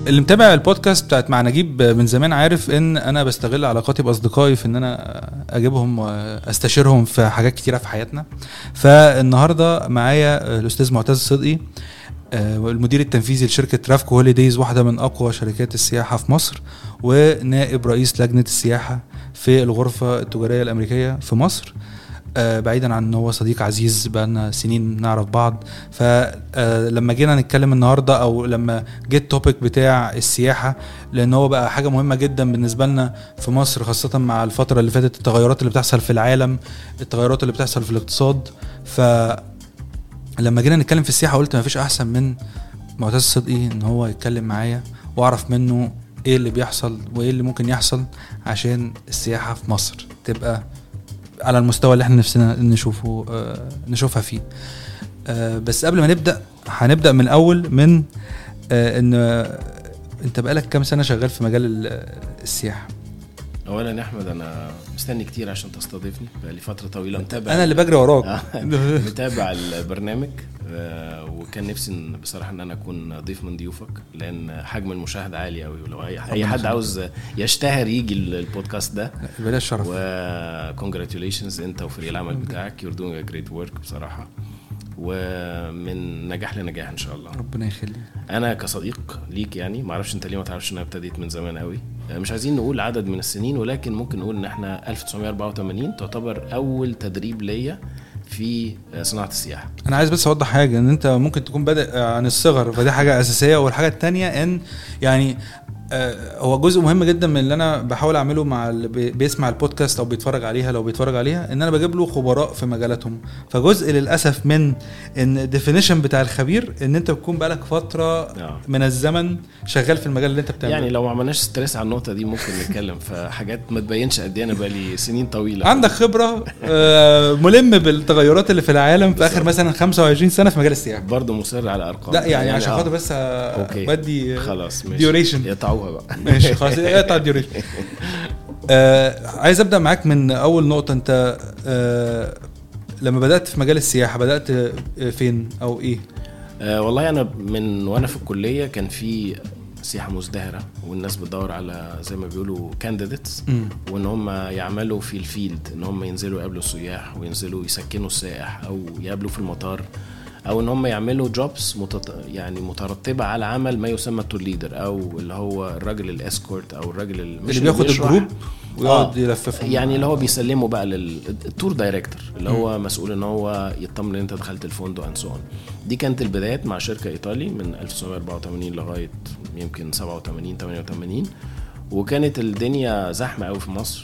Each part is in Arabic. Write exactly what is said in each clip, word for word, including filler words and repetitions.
اللي متابع البودكاست بتاعت مع نجيب من زمان عارف ان انا بستغل علاقاتي باصدقائي في ان انا اجيبهم واستشيرهم في حاجات كتيره في حياتنا. فالنهارده معايا الاستاذ معتز صدقي، المدير التنفيذي لشركه ترافكو هوليديز، واحده من اقوى شركات السياحه في مصر، ونائب رئيس لجنه السياحه في الغرفه التجاريه الامريكيه في مصر. آه بعيدا عن انه هو صديق عزيز بقالنا سنين نعرف بعض. فلما جينا نتكلم النهارده او لما جه التوبيك بتاع السياحه، لان هو بقى حاجه مهمه جدا بالنسبه لنا في مصر، خاصه مع الفتره اللي فاتت، التغيرات اللي بتحصل في العالم، التغيرات اللي بتحصل في الاقتصاد. فلما جينا نتكلم في السياحه قلت ما فيش احسن من معتز صدقي ان هو يتكلم معايا واعرف منه ايه اللي بيحصل وايه اللي ممكن يحصل عشان السياحه في مصر تبقى على المستوى اللي احنا نفسنا نشوفه آه نشوفها فيه. آه بس قبل ما نبدأ هنبدأ من الأول من آه ان آه انت بقالك كام سنة شغال في مجال السياحة؟ اولا يا احمد انا مستني كتير عشان تستضيفني، بقالي فتره طويله متابع، انا اللي بجري وراك متابع البرنامج، وكان نفسي بصراحه ان انا اكون ضيف من ضيوفك، لان حجم المشاهده عالي قوي، ولو اي اي حد عاوز يشتهر يجي البودكاست ده بلا شرف. وكونجراتيوليشنز انت وفريق العمل بتاعك، you're doing a great work بصراحه، ومن نجاح لنجاح ان شاء الله. ربنا يخليك. انا كصديق ليك يعني ما اعرفش انت ليه ما تعرفش ان انا ابتديت من زمان قوي، مش عايزين نقول عدد من السنين، ولكن ممكن نقول ان احنا ألف وتسعمية وأربعة وثمانين تعتبر اول تدريب ليا في صناعه السياحه. انا عايز بس اوضح حاجه، ان انت ممكن تكون بادئ عن الصغر، فدي حاجه اساسيه. والحاجه الثانيه ان يعني هو جزء مهم جدا من اللي انا بحاول اعمله مع اللي بيسمع البودكاست او بيتفرج عليها، لو بيتفرج عليها، ان انا بجيب له خبراء في مجالاتهم. فجزء للاسف من ان الديفينيشن بتاع الخبير ان انت بتكون بقالك فتره من الزمن شغال في المجال اللي انت بتعمله. يعني لو ما عملناش ستريس على النقطه دي ممكن نتكلم في حاجات ما تبينش قد ايه انا بقالي سنين طويله. عندك خبره ملم بالتغيرات اللي في العالم في اخر مثلا خمسة وعشرين سنه في مجال السياحه. برضه مصر على ارقام، لا يعني, يعني عشان خاطر بس بدي خلاص ديوريشن يقطعوها بقى. ماشي خلاص اقطع الديوريشن. آه عايز ابدا معاك من اول نقطه. انت آه لما بدات في مجال السياحه بدات فين او ايه؟ آه والله انا من وانا في الكليه كان في سياحه مزدهره، والناس بتدور على زي ما بيقولوا كانديديتس، وان هم يعملوا في الفيلد، ان هم ينزلوا يقابلوا السياح وينزلوا يسكنوا السائح او يقابلوا في المطار، او ان هم يعملوا جوبس متط... يعني مترتبه على عمل ما يسمى التور ليدر، او اللي هو الراجل الاسكورت، او الراجل اللي بياخد الجروب ويقعد يلففهم، يعني اللي هو بيسلمه بقى للتور دايركتور، اللي هو م. مسؤول ان هو يطمن ان انت دخلت الفندق انسون. دي كانت البدايات مع شركه ايطالي من ألف وتسعمية وأربعة وثمانين لغايه يمكن سبعة وثمانين ثمانية وثمانين، وكانت الدنيا زحمه قوي في مصر.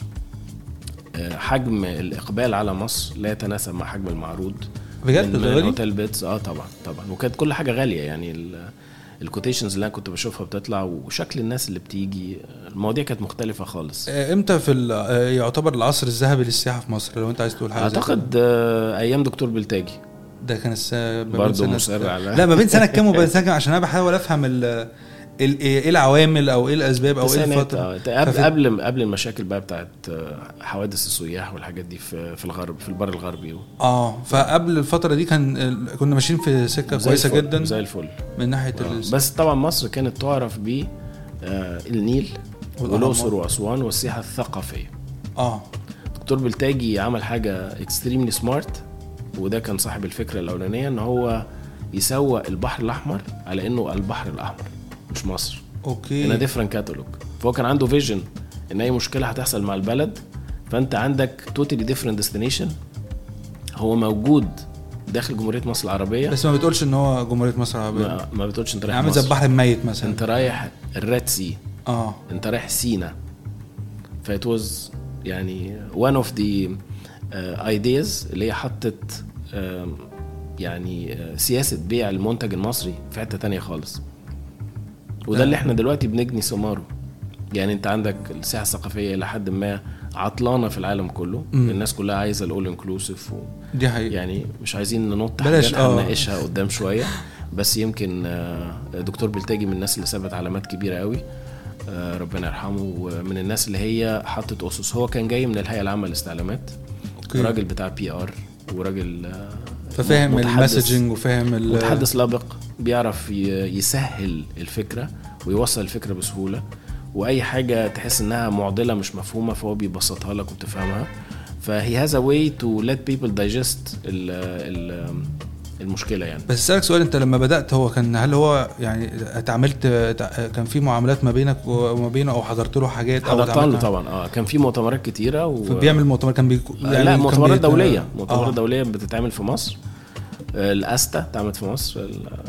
حجم الاقبال على مصر لا يتناسب مع حجم المعروض بجد. من هوتيل بيتس اه طبعا طبعا وكانت كل حاجه غاليه، يعني الكوتيشنز اللي انا كنت بشوفها بتطلع وشكل الناس اللي بتيجي، المواضيع كانت مختلفه خالص. امتى في يعتبر العصر الذهبي للسياحه في مصر لو انت عايز تقول حاجه؟ اعتقد آه ايام دكتور بلتاجي. ده كان السنه برضه مصر على لا ما بين سنه كام وبين سنه كام، عشان انا بحاول افهم ال ايه العوامل او ايه الاسباب او ايه الفتره قبل قبل قبل المشاكل بقى بتاعت حوادث السياح والحاجات دي في في الغرب، في البر الغربي. اه فقبل الفتره دي كان كنا ماشيين في سكه كويسه جدا زي الفل من ناحيه آه. بس طبعا مصر كانت تعرف ب آه النيل والاقصر واسوان والسياحه الثقافيه. اه دكتور بلتاجي عمل حاجه اكستريملي سمارت، وده كان صاحب الفكره الاولانيه، ان هو يسوق البحر الاحمر على انه البحر الاحمر مش مصر. اوكي. انا ديفرنت كاتالوج. فهو كان عنده فيجن ان اي مشكله هتحصل مع البلد فانت عندك توتالي ديفرنت ديستنيشن هو موجود داخل جمهوريه مصر العربيه، بس ما بتقولش ان هو جمهوريه مصر العربيه. ما, ما بتقولش انت رايح عامل زي البحر الميت مثلا، انت رايح الريد سي، اه انت رايح سينا. فايت واز يعني one of the uh, ideas اللي هي حطت uh, يعني uh, سياسه بيع المنتج المصري في حته تانية خالص. وده اللي احنا دلوقتي بنجني ثماره. يعني انت عندك السياحه الثقافيه الى حد ما عطلانه في العالم كله. م. الناس كلها عايزه الاول انكلوسيف و... دي حقيقة. يعني مش عايزين ننط حاجات هنناقشها قدام شويه، بس يمكن دكتور بلتاجي من الناس اللي سابت علامات كبيره قوي، ربنا يرحمه، ومن الناس اللي هي حطت اسس. هو كان جاي من الهيئه العامه للاستعلامات، راجل بتاع بي ار وراجل ففاهم المسجنج وفاهم متحدث لابق، بيعرف يسهل الفكره ويوصل الفكره بسهوله، واي حاجه تحس انها معضله مش مفهومه فهو بيبسطها لك وبتفهمها. فهي has a way to let people digest ال ال المشكله يعني. بس اسالك سؤال، انت لما بدات هو كان هل هو يعني اتعاملت كان في معاملات ما بينك وما بينه او حضرت له حاجات؟ حضرت له طبعا اه كان في مؤتمرات كتيره و... بيعمل مؤتمر كان بيكو... يعني لا مؤتمرات دوليه مؤتمرات آه. دوليه بتتعمل في مصر. الاستا اتعملت في مصر،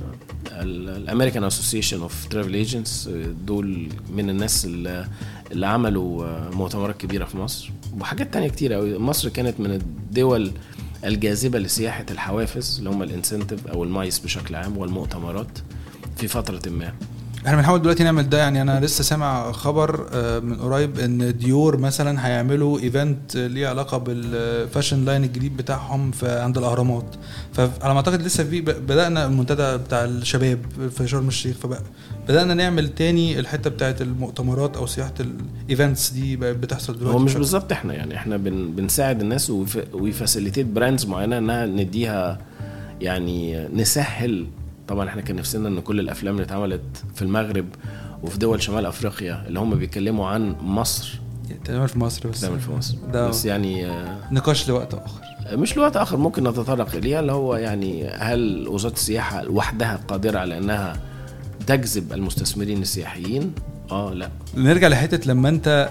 الامريكان اسوسيشن اوف ترافل ايجنتس، دول من الناس اللي, اللي عملوا مؤتمرات كبيره في مصر وحاجات تانية كتير قوي. مصر كانت من الدول الجاذبه لسياحه الحوافز اللي هم الانسنتيف او المايس بشكل عام والمؤتمرات في فتره ما. احنا بنحاول دلوقتي نعمل ده. يعني انا لسه سامع خبر من قريب ان ديور مثلا هيعملوا ايفنت ليه علاقه بالفاشن لاين الجديد بتاعهم في عند الاهرامات. فعلى ما اعتقد لسه في بدانا المنتدى بتاع الشباب في شرم الشيخ، فبدانا نعمل تاني الحته بتاعه المؤتمرات او سياحه الايفنتس دي بتحصل دلوقتي. هو مش بالظبط احنا يعني احنا بن بنساعد الناس ويفاسيليتيت براندز معينه انها نديها يعني نسهل. طبعا احنا كان نفسنا ان كل الافلام اللي اتعملت في المغرب وفي دول شمال افريقيا اللي هم بيتكلموا عن مصر تعمل في مصر، بس تعمل في مصر بس يعني نقاش لوقت اخر، مش لوقت اخر ممكن نتطرق اليها، اللي هو يعني هل وزارة السياحة لوحدها قادرة على انها تجذب المستثمرين السياحيين؟ اه لا. نرجع لحته لما انت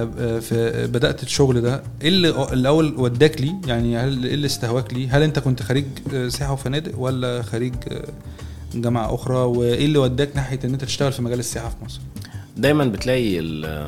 في بدات الشغل ده، ايه اللي الاول وداك لي؟ يعني هل ايه اللي استهواك لي؟ هل انت كنت خريج سياحه وفنادق ولا خريج جامعه اخرى؟ وايه اللي وداك ناحيه ان انت تشتغل في مجال السياحه في مصر؟ دايما بتلاقي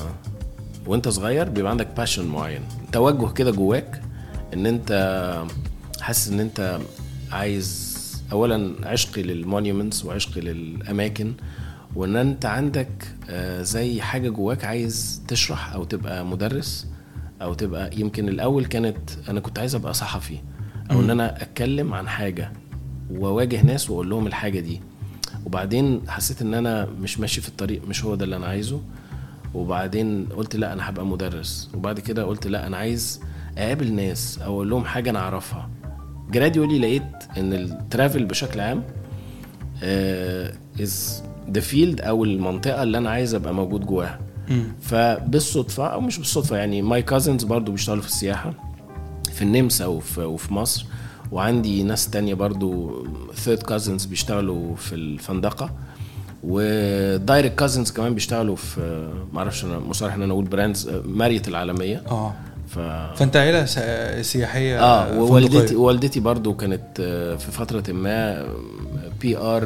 وانت صغير بيبقى عندك باشن معين، توجه كده جواك ان انت حاسس ان انت عايز اولا عشقي للمونيومنتس وعشقي للاماكن، وان انت عندك زي حاجه جواك عايز تشرح او تبقى مدرس او تبقى، يمكن الاول كانت انا كنت عايز ابقى صحفي او ان انا اتكلم عن حاجه وواجه ناس واقول لهم الحاجه دي. وبعدين حسيت ان انا مش ماشي في الطريق، مش هو ده اللي انا عايزه. وبعدين قلت لا انا هبقى مدرس. وبعد كده قلت لا انا عايز اقابل ناس او اقول لهم حاجه انا اعرفها. جراديولي لقيت ان الترافل بشكل عام از ذا فيلد او المنطقه اللي انا عايز ابقى موجود جواها. فبالصدفه او مش بالصدفه يعني ماي كازنز برضو بيشتغلوا في السياحه في النمسا وفي, وفي مصر، وعندي ناس تانية برضو ثيرد كازنز بيشتغلوا في الفندقه، ودايركت كازنز كمان بيشتغلوا في معرفش انا مصارح ان انا اقول براندز ماريت العالميه. اه ف... فانت عيله سياحيه. اه ووالدتي والدتي برضو كانت في فتره ما بي ار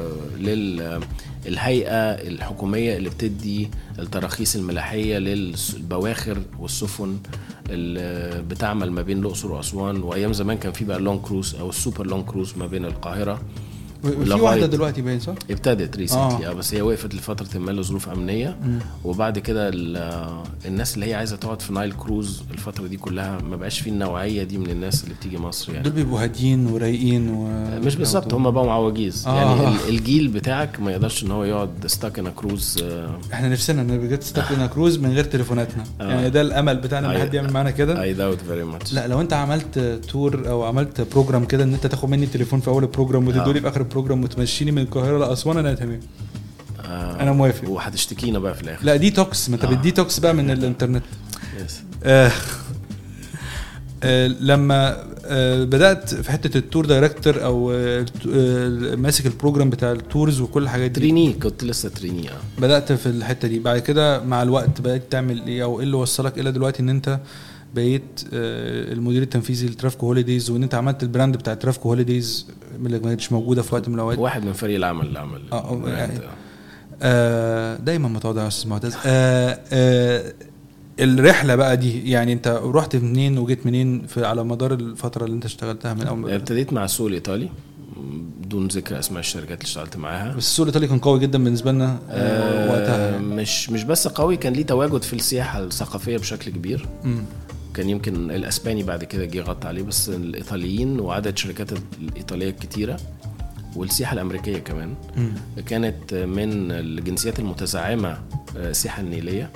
للهيئه الحكوميه اللي بتدي التراخيص الملاحيه للبواخر والسفن اللي بتعمل ما بين الاقصر واسوان. وايام زمان كان في بقى اللونج كروز او السوبر لونج كروز ما بين القاهره. في واحده دلوقتي باين صح؟ ابتدت ريسنتلي اه بس هي وقفت لفتره ما لظروف امنيه. م. وبعد كده الناس اللي هي عايزه تقعد في نايل كروز الفتره دي كلها ما بقاش في النوعيه دي من الناس اللي بتيجي مصر يعني. دول بيبقوا هاديين ورايقين و... مش بالظبط، هم بقوا عواجيز. آه. يعني الجيل بتاعك ما يقدرش ان هو يقعد ستاك ان كروز. احنا نفسنا ان بجد ستاك ان كروز من غير تليفوناتنا. آه. يعني ده الامل بتاعنا ان حد يعمل معانا كده. اي داوت فيري ماتش. لا لو انت عملت تور او عملت بروجرام كده ان انت تاخد مني التليفون في اول البروجرام وتدولي آه. في اخر البروجرام وتمشيني من القاهره لاسوان، انا تمام. آه انا موافق. وهتشتكينا بقى في الاخر. لا دي توكس، ما انت آه. بدي توكس بقى من الانترنت. يس. آه. آه لما آه بدات في حته التور دايركتور او آه ماسك البروجرام بتاع التورز وكل الحاجات دي. تريني كنت لسه تريني. اه بدات في الحته دي. بعد كده مع الوقت بقيت تعمل ايه او ايه اللي وصلك الى دلوقتي ان انت بقيت المدير التنفيزي لترافكو هوليديز، وان انت عملت البراند بتاع ترافكو هوليديز اللي ما كانتش موجوده في وقت من الاوقات؟ واحد من فريق العمل اللي عمل اه يعني آه دايما متواضع يا استاذ معتز. آه آه الرحله بقى دي يعني انت رحت منين وجيت منين في على مدار الفتره اللي انت اشتغلتها من اول؟ ابتديت مع السوق الايطالي بدون ذكر اسماء الشركات اللي اشتغلت معاها. بس السوق الايطالي كان قوي جدا بالنسبه لنا آه وقتها. مش مش بس قوي، كان ليه تواجد في السياحه الثقافيه بشكل كبير. م. كان يمكن الاسباني بعد كده جه غطى عليه، بس الايطاليين وعدد شركات الايطاليه كتيره والسياحه الامريكيه كمان. م. كانت من الجنسيات المتزعمه السياحه النيليه،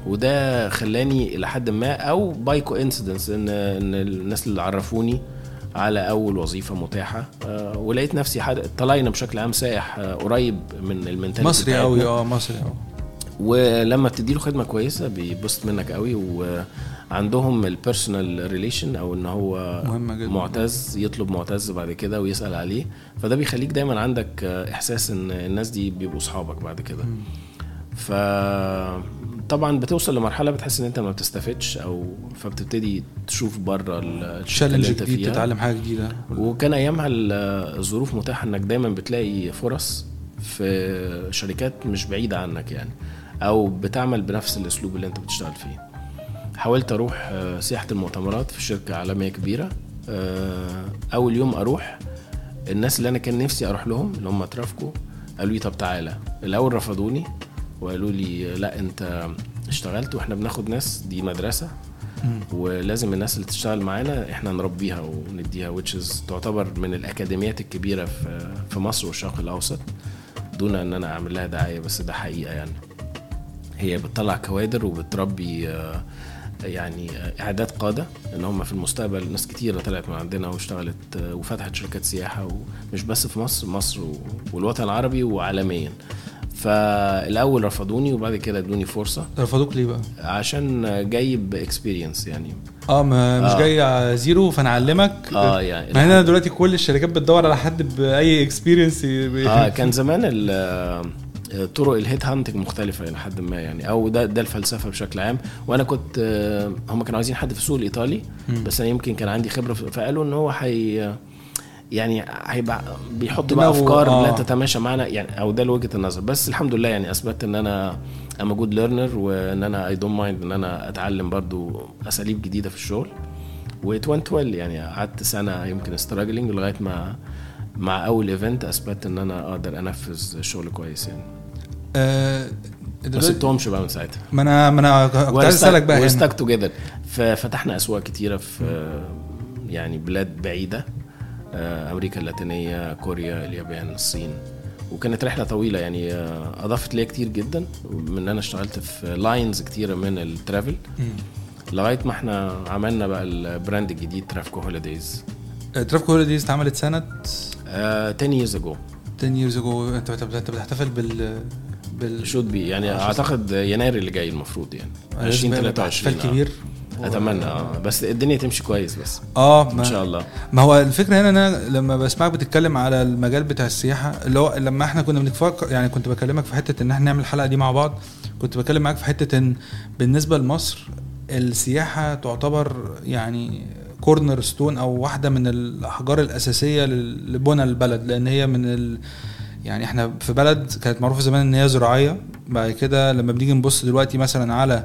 وده خلاني الى حد ما او باي كوينسيدنس ان ان الناس اللي عرفوني على اول وظيفه متاحه. آه ولقيت نفسي حد... طلعنا بشكل عام سائح آه قريب من المنتاليتي مصري قوي. اه مصري قوي. ولما بتديله خدمه كويسه بيبسط منك قوي، وعندهم البيرسونال ريليشن او ان هو معتز يطلب معتز بعد كده ويسال عليه، فده بيخليك دايما عندك احساس ان الناس دي بيبقوا اصحابك بعد كده. فطبعا بتوصل لمرحله بتحس ان انت ما بتستفدش، او فبتبتدي تشوف بره التشالنج الجديد، تتعلم حاجه جديده. وكان ايامها الظروف متاحه انك دايما بتلاقي فرص في شركات مش بعيده عنك يعني، او بتعمل بنفس الاسلوب اللي انت بتشتغل فيه. حاولت اروح سياحه المؤتمرات في شركه عالميه كبيره. اول يوم اروح الناس اللي انا كان نفسي اروح لهم اللي هم ترافكو قالوا لي طب تعالى. الاول رفضوني وقالوا لي لا انت اشتغلت واحنا بناخد ناس دي مدرسه ولازم الناس اللي تشتغل معانا احنا نربيها ونديها، which is تعتبر من الاكاديميات الكبيره في في مصر والشرق الاوسط، دون ان انا اعمل لها دعايه، بس ده حقيقه يعني. هي بتطلع كوادر وبتربي يعني اعداد قاده ان هم في المستقبل. ناس كتيره طلعت من عندنا واشتغلت وفتحت شركات سياحه، ومش بس في مصر مصر والوطن العربي وعالميا. فالاول رفضوني وبعد كده ادوني فرصه. رفضوك ليه بقى؟ عشان جاي باكسبيرينس يعني. اه ما مش آه. جاي زيرو فنعلمك. اه يعني ما هنا دلوقتي كل الشركات بتدور على حد باي اكسبيرينس. اه كان زمان طرق الهيد هانتنج مختلفه الى حد ما يعني، او ده ده الفلسفه بشكل عام. وانا كنت هم كانوا عايزين حد في السوق الايطالي م. بس انا يمكن كان عندي خبره، فقالوا ان هو حي يعني هيبقى بيحط بقى افكار آه. لا تتماشى معنا يعني، او ده وجهه النظر. بس الحمد لله يعني اثبتت ان انا ام جود ليرنر، وان انا اي دونت مايند ان انا اتعلم برضو اساليب جديده في الشغل. وات وينت ويل يعني، قعدت سنه يمكن استراجلينج لغايه ما مع اول ايفنت اثبت ان انا اقدر انفذ الشغل كويس يعني. أه بس سبتهمش بقى من ساعتها. ما انا ما انا كنت عايز اسالك بقى. وستاك توجذر، ففتحنا اسواق كتيره في يعني بلاد بعيده، امريكا اللاتينيه، كوريا، اليابان، الصين. وكانت رحله طويله يعني، اضافت لي كتير جدا من ان انا اشتغلت في لاينز كتيره من الترافل لغايه ما احنا عملنا بقى البراند الجديد ترافكو هوليديز. ترافكو هوليديز اتعملت سنه عشرة years ago. عشرة years ago. انت بتحتفل بال بال شود بي يعني اعتقد يناير اللي جاي المفروض يعني عشرين ثلاثة وعشرين. احتفال كبير اتمنى اه بس الدنيا تمشي كويس بس اه ان شاء الله. ما هو الفكره هنا انا لما بسمعك بتتكلم على المجال بتاع السياحه، اللي هو لما احنا كنا بنفكر يعني، كنت بكلمك في حته ان احنا نعمل الحلقه دي مع بعض، كنت بكلم معاك في حته ان بالنسبه لمصر السياحه تعتبر يعني كورنر ستون او واحده من الاحجار الاساسيه لبنى البلد، لان هي من ال يعني احنا في بلد كانت معروفه زمان ان هي زراعيه. بعد كده لما بنيجي نبص دلوقتي مثلا على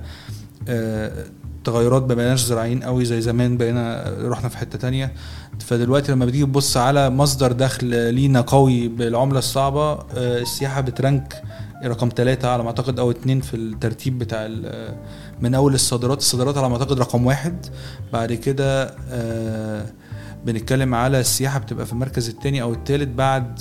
اه تغيرات، ما بقيناش زراعيين قوي زي زمان، بقينا رحنا في حته تانية. فدلوقتي لما بتيجي تبص على مصدر دخل لينا قوي بالعمله الصعبه، اه السياحه بترانك رقم ثلاثة على ما اعتقد او اتنين في الترتيب بتاع من اول الصادرات الصادرات على ما اعتقد رقم واحد. بعد كده اه بنتكلم على السياحه بتبقى في المركز الثاني او الثالث بعد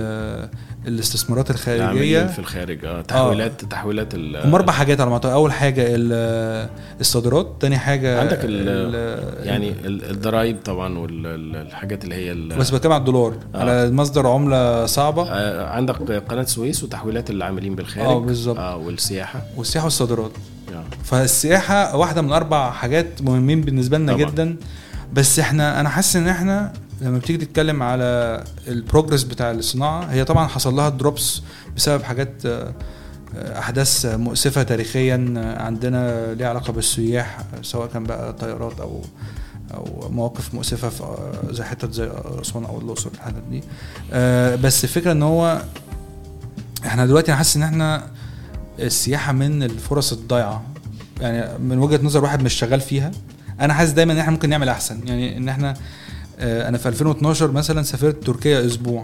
الاستثمارات الخارجيه في الخارج. اه تحويلات آه. تحويلات هم اربع حاجات على ما اعتقد. اول حاجه الصادرات، ثاني حاجه عندك ال يعني الضرايب طبعا والحاجات اللي هي بس بتكلم على الدولار آه. على مصدر عمله صعبه. آه عندك قناه السويس وتحويلات العاملين بالخارج اه بالظبط آه والسياحه والسياحه والصادرات آه. فالسياحه واحده من اربع حاجات مهمين بالنسبه لنا طبعا. جدا. بس احنا انا حاسس ان احنا لما بتيجي تتكلم على البروجرس بتاع الصناعه، هي طبعا حصل لها دروبس بسبب حاجات احداث مؤسفه تاريخيا عندنا ليها علاقه بالسياح، سواء كان بقى طيارات او او مواقف مؤسفه في زي حتت زي اسوان او الاقصر الحاجات دي. بس الفكره ان هو احنا دلوقتي انا حاسس ان احنا السياحه من الفرص الضايعه يعني، من وجهه نظر واحد مش شغال فيها. انا حاسس دايما ان احنا ممكن نعمل احسن يعني. ان احنا اه انا في ألفين واثناشر مثلا سافرت تركيا اسبوع.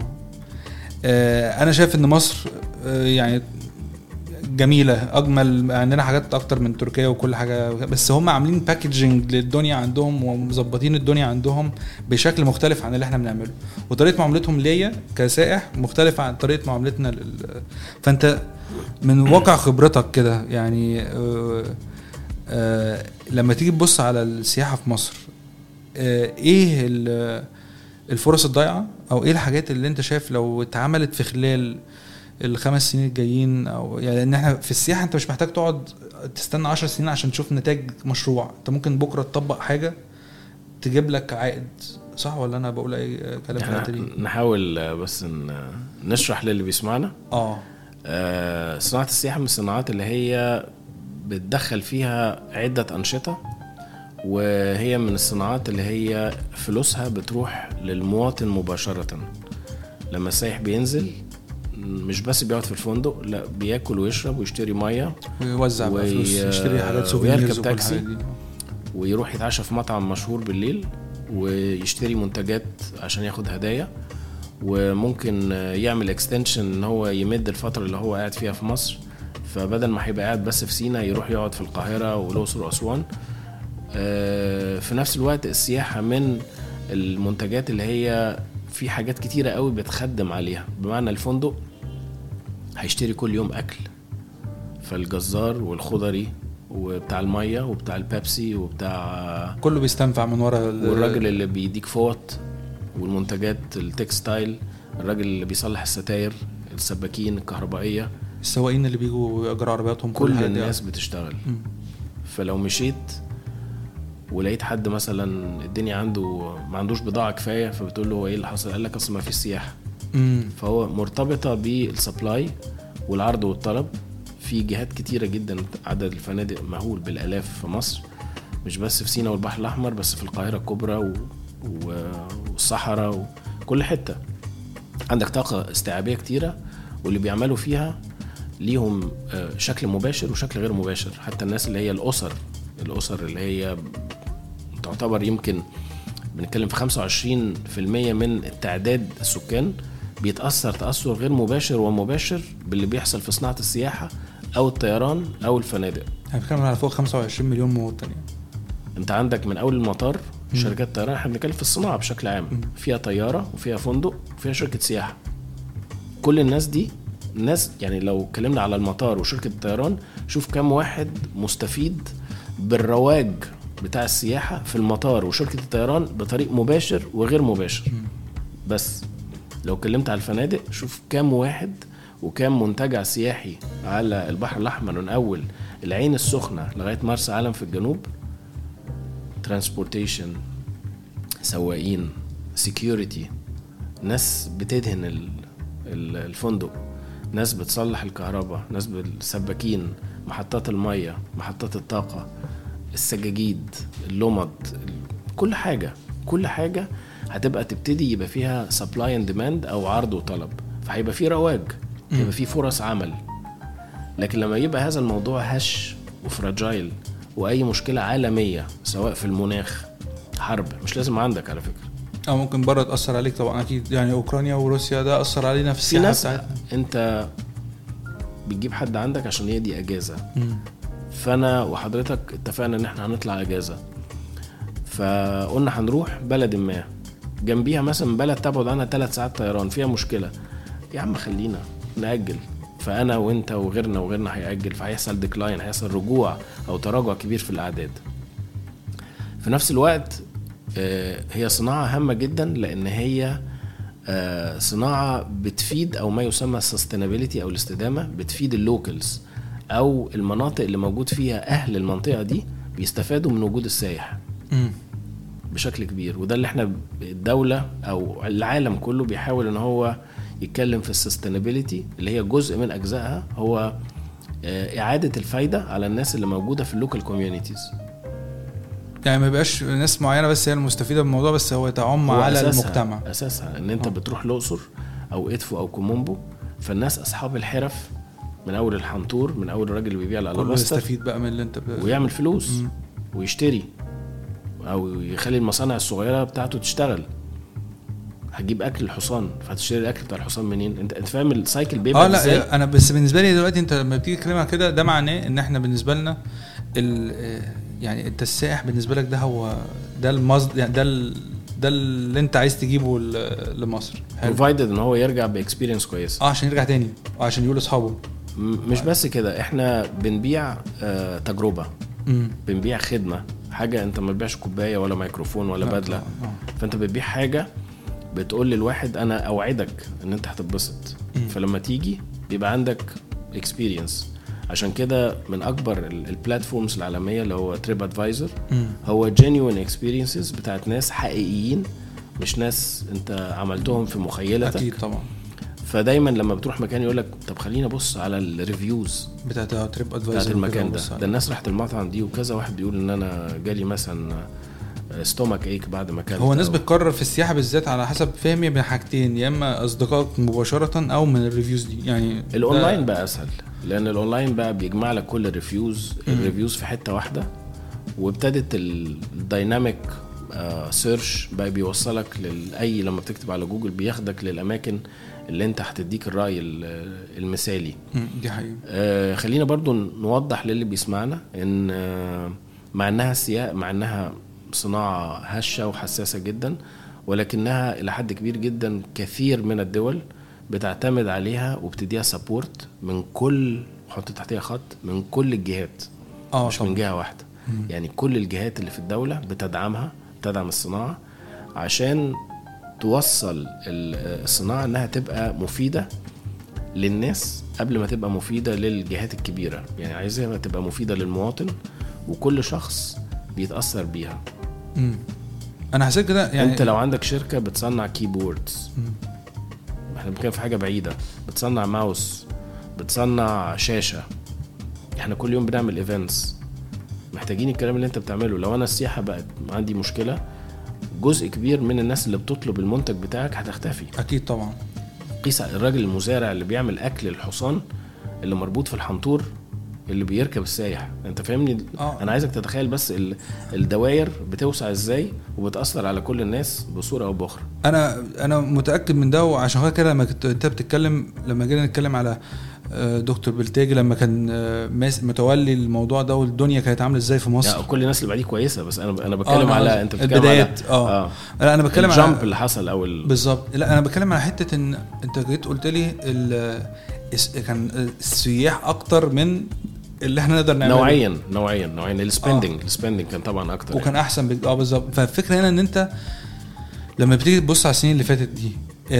اه انا شايف ان مصر اه يعني جميله، اجمل، عندنا حاجات اكتر من تركيا وكل حاجه، بس هم عاملين باكيجنج للدنيا عندهم ومظبطين الدنيا عندهم بشكل مختلف عن اللي احنا بنعمله، وطريقه معاملتهم ليا كسائح مختلفه عن طريقه معاملتنا لل... فانت من واقع خبرتك كده يعني اه آه لما تيجي تبص على السياحة في مصر، آه ايه الفرص الضايعه او ايه الحاجات اللي انت شايف لو اتعملت في خلال الخمس سنين الجايين، او يعني لان احنا في السياحه انت مش محتاج تقعد تستنى عشر سنين عشان تشوف نتاج مشروع، انت ممكن بكره تطبق حاجه تجيب لك عائد، صح ولا انا بقول اي كلام في الحته دي؟ نحاول بس نشرح للي بيسمعنا. اه آه، صناعه السياحه من الصناعات اللي هي بتدخل فيها عده انشطه، وهي من الصناعات اللي هي فلوسها بتروح للمواطن مباشره. لما السائح بينزل مش بس بيقعد في الفندق، لا بياكل ويشرب ويشتري ميه ويوزع وي... فلوس، يشتري حاجات سوفينيرز وكل حاجه دي، ويروح يتعشى في مطعم مشهور بالليل ويشتري منتجات عشان ياخد هدايا، وممكن يعمل اكستنشن ان هو يمد الفتره اللي هو قاعد فيها في مصر، فبدل ما هيبقى قاعد بس في سينا يروح يقعد في القاهره والاقصر واسوان. في نفس الوقت السياحه من المنتجات اللي هي في حاجات كتيره قوي بتخدم عليها، بمعنى الفندق هيشتري كل يوم اكل، فالجزار والخضري وبتاع الميه وبتاع البيبسي وبتاع كله بيستنفع من ورا، والراجل اللي بيديك فوط والمنتجات التكستايل، الراجل اللي بيصلح الستاير، السباكين الكهربائيه، السواقين اللي بيجوا يأجروا عربياتهم، كل, كل الناس بتشتغل. م. فلو مشيت ولقيت حد مثلا الدنيا عنده ما عندوش بضاعه كفايه، فبتقول له هو ايه اللي حصل؟ قال لك اصل ما فيش سياحه. م. فهو مرتبطه بالسبلاي والعرض والطلب. في جهات كتيره جدا، عدد الفنادق مهول بالالاف في مصر، مش بس في سينا والبحر الاحمر، بس في القاهره الكبرى و... و... والصحراء وكل حته. عندك طاقه استيعابيه كتيره، واللي بيعملوا فيها ليهم شكل مباشر وشكل غير مباشر. حتى الناس اللي هي الاسر الاسر اللي هي تعتبر يمكن بنتكلم في خمسة وعشرين بالمية من التعداد السكان، بيتأثر تأثر غير مباشر ومباشر باللي بيحصل في صناعة السياحة أو الطيران أو الفنادق. هنتكلم على فوق خمسة وعشرين مليون مواطن. انت عندك من أول المطار شركات طيران، احنا بنتكلم في الصناعة بشكل عام، فيها طيارة وفيها فندق وفيها شركة سياحة. كل الناس دي الناس يعني لو اتكلمنا على المطار وشركة الطيران، شوف كم واحد مستفيد بالرواج بتاع السياحة في المطار وشركة الطيران بطريق مباشر وغير مباشر. بس لو اتكلمت على الفنادق، شوف كام واحد وكام منتجع سياحي على البحر الأحمر، من أول العين السخنة لغاية مرسى علم في الجنوب. ترانسبورتيشن، سواقين، سيكيورتي، ناس بتدهن الفندق، ناس بتصلح الكهرباء، ناس بالسباكين، محطات المية، محطات الطاقة، السجاجيد، اللمض، كل حاجة كل حاجة هتبقى تبتدي يبقى فيها supply and demand أو عرض وطلب، فهيبقى فيه رواج، هيبقى فيه فرص عمل. لكن لما يبقى هذا الموضوع هش وفراجايل، وأي مشكلة عالمية سواء في المناخ، حرب، مش لازم عندك على فكرة، أو ممكن برا تأثر عليك طبعا أكيد، يعني أوكرانيا وروسيا ده أثر علينا في السياحة بتاعتنا. أنت بتجيب حد عندك عشان يدي أجازة، م. فأنا وحضرتك اتفقنا إن احنا هنطلع أجازة، فقلنا هنروح بلد ما جنبيها مثلا بلد تبعد عنها ثلاث ساعات طيران، فيها مشكلة، يا عم خلينا نأجل، فأنا وإنت وغيرنا وغيرنا هيأجل، فهيحصل ديكلاين، هيحصل رجوع أو تراجع كبير في الأعداد. في نفس الوقت هي صناعة هامة جدا، لأن هي صناعة بتفيد أو ما يسمى السستينابيليتي أو الاستدامة، بتفيد اللوكلز أو المناطق اللي موجود فيها أهل المنطقة دي بيستفادوا من وجود السائح م. بشكل كبير. وده اللي احنا الدولة أو العالم كله بيحاول إن هو يتكلم في السستينابيليتي، اللي هي جزء من أجزائها هو إعادة الفايدة على الناس اللي موجودة في اللوكال كوميونيتيز. يعني ما يبقاش ناس معينة بس هي المستفيدة بالموضوع، بس هو يتعم على أساسها المجتمع. أساسها إن أنت أوه. بتروح الأقصر أو إدفو أو كومومبو، فالناس أصحاب الحرف من أول الحنطور، من أول الراجل اللي بيبيع الألاباستر، يستفيد بقى من اللي أنت ب... ويعمل فلوس م. ويشتري أو يخلي المصانع الصغيرة بتاعته تشتغل. هتجيب أكل الحصان، فهتشتري الأكل بتاع الحصان منين؟ أنت أنت فاهم السايكل بيبقى آه ازاي؟ لا أنا بس بالنسبة لي دلوقتي أنت لما بتيجي تكلمها كده، ده معناه إن إحنا بالنسبة لنا ال يعني انت السائح بالنسبه لك ده هو ده المصدر، يعني ده ده اللي انت عايز تجيبه لمصر، provided ان هو يرجع باكسبيرينس كويس، اه عشان يرجع تاني وعشان يقول لاصحابه. مش بس كده، احنا بنبيع آه تجربه، م. بنبيع خدمه، حاجه انت ما بتبيعش كوبايه ولا ميكروفون ولا بدله، آه. فانت بتبيع حاجه بتقول للواحد انا اوعدك ان انت هتتبسط، فلما تيجي بيبقى عندك experience. عشان كده من اكبر البلاتفورمز العالميه اللي هو تريب ادفايزر هو genuine experiences بتاعت ناس حقيقيين، مش ناس انت عملتهم في مخيلتك. اكيد طبعا. فدايما لما بتروح مكان يقولك طب خلينا ابص على الريفيوز بتاعت تريب ادفايزر بتاعت المكان ده ده الناس راحت المطعم دي وكذا واحد بيقول ان انا جالي مثلا ستومك ايك بعد ما كان. هو الناس بتقرر في السياحه بالذات على حسب فهمي بين حاجتين، يا اما اصدقائك مباشره او من الريفيوز دي. يعني الاونلاين بقى اسهل لان الاونلاين بقى بيجمع لك كل الريفيوز الريفيوز في حته واحده، وابتدت الدايناميك سيرش بقى بيوصلك لاي لما بتكتب على جوجل بياخدك للاماكن اللي انت هتديك الرأي المثالي. دي حقيقة. آه خلينا برضو نوضح للي بيسمعنا ان آه مع انها سياق مع انها صناعة هشة وحساسة جدا، ولكنها الى حد كبير جدا كثير من الدول بتعتمد عليها وبتديها سابورت من كل، حط تحتها خط، من كل الجهات. آه مش طبعا. من جهة واحدة. مم. يعني كل الجهات اللي في الدولة بتدعمها، بتدعم الصناعة عشان توصل الصناعة انها تبقى مفيدة للناس قبل ما تبقى مفيدة للجهات الكبيرة. يعني عايزها تبقى مفيدة للمواطن وكل شخص بيتأثر بيها. امم انا حسيت كده. يعني انت لو عندك شركة بتصنع كيبوردز، احنا بنتكلم في حاجة بعيدة، بتصنع ماوس، بتصنع شاشة، احنا كل يوم بنعمل ايفنتس، محتاجين الكلام اللي انت بتعمله. لو انا السياحة بقت عندي مشكلة، جزء كبير من الناس اللي بتطلب المنتج بتاعك هتختفي. اكيد طبعا. قيس الراجل المزارع اللي بيعمل اكل الحصان اللي مربوط في الحنطور اللي بيركب السايح، انت فاهمني؟ آه. انا عايزك تتخيل بس الدوائر بتوسع ازاي وبتاثر على كل الناس بصوره او باخرى. انا انا متاكد من ده، وعشان كده لما كنت انت بتتكلم، لما جينا نتكلم على دكتور بلتاجي لما كان متولي الموضوع ده والدنيا كانت عامله ازاي في مصر. لا كل الناس اللي بعديه كويسه، بس انا انا بتكلم آه على انت بتتكلم البدايات. على اه, آه. لا انا بتكلم على الجامب اللي حصل او ال... بالظبط. لا انا بتكلم على حته ان انت جيت قلت لي كان السياح اكتر من اللي احنا نقدر نعمله نوعيا نوعيا نوعيا السبندنج آه. السبندنج كان طبعا اكتر وكان يعني. احسن بك... اه بالظبط. فالفكره هنا ان انت لما بتيجي تبص على السنين اللي فاتت دي،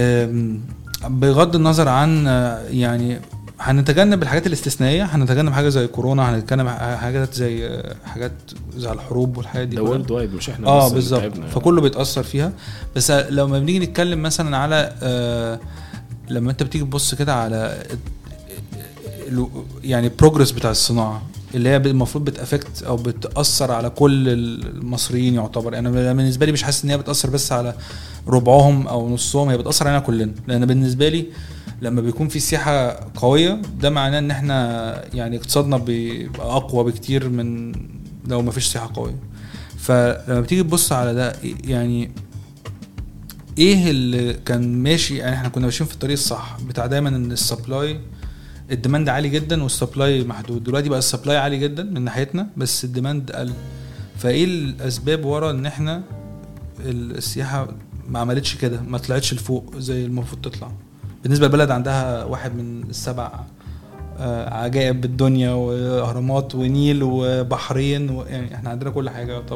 بغض النظر عن يعني هنتجنب الحاجات الاستثنائيه، هنتجنب حاجه زي كورونا، هنتجنب حاجات زي حاجات زي الحروب والحاجات دي ده وورلد وايد مش احنا اه بالظبط. فكله بيتاثر فيها. بس لما بنيجي نتكلم مثلا على آه لما انت بتيجي تبص كده على يعني البروجرس بتاع الصناعه اللي هي المفروض بتافكت او بتاثر على كل المصريين يعتبر. انا يعني بالنسبه لي مش حاسس ان هي بتاثر بس على ربعهم او نصهم، هي بتاثر علينا كلنا. لان بالنسبه لي لما بيكون في سياحه قويه ده معناه ان احنا يعني اقتصادنا بيبقى اقوى بكتير من لو ما فيش سياحه قويه. فلما بتيجي تبص على ده يعني ايه اللي كان ماشي؟ يعني احنا كنا ماشيين في الطريق الصح بتاع دايما ان السبلاي الديماند عالي جدا والسبلاي محدود. دلوقتي بقى السبلاي عالي جدا من ناحيتنا بس الديماند قل. فايه الاسباب ورا ان احنا السياحه ما عملتش كده، ما طلعتش لفوق زي المفروض تطلع؟ بالنسبه للبلد عندها واحد من السبع عجائب بالدنيا واهرامات ونيل وبحرين و... يعني احنا عندنا كل حاجه. طب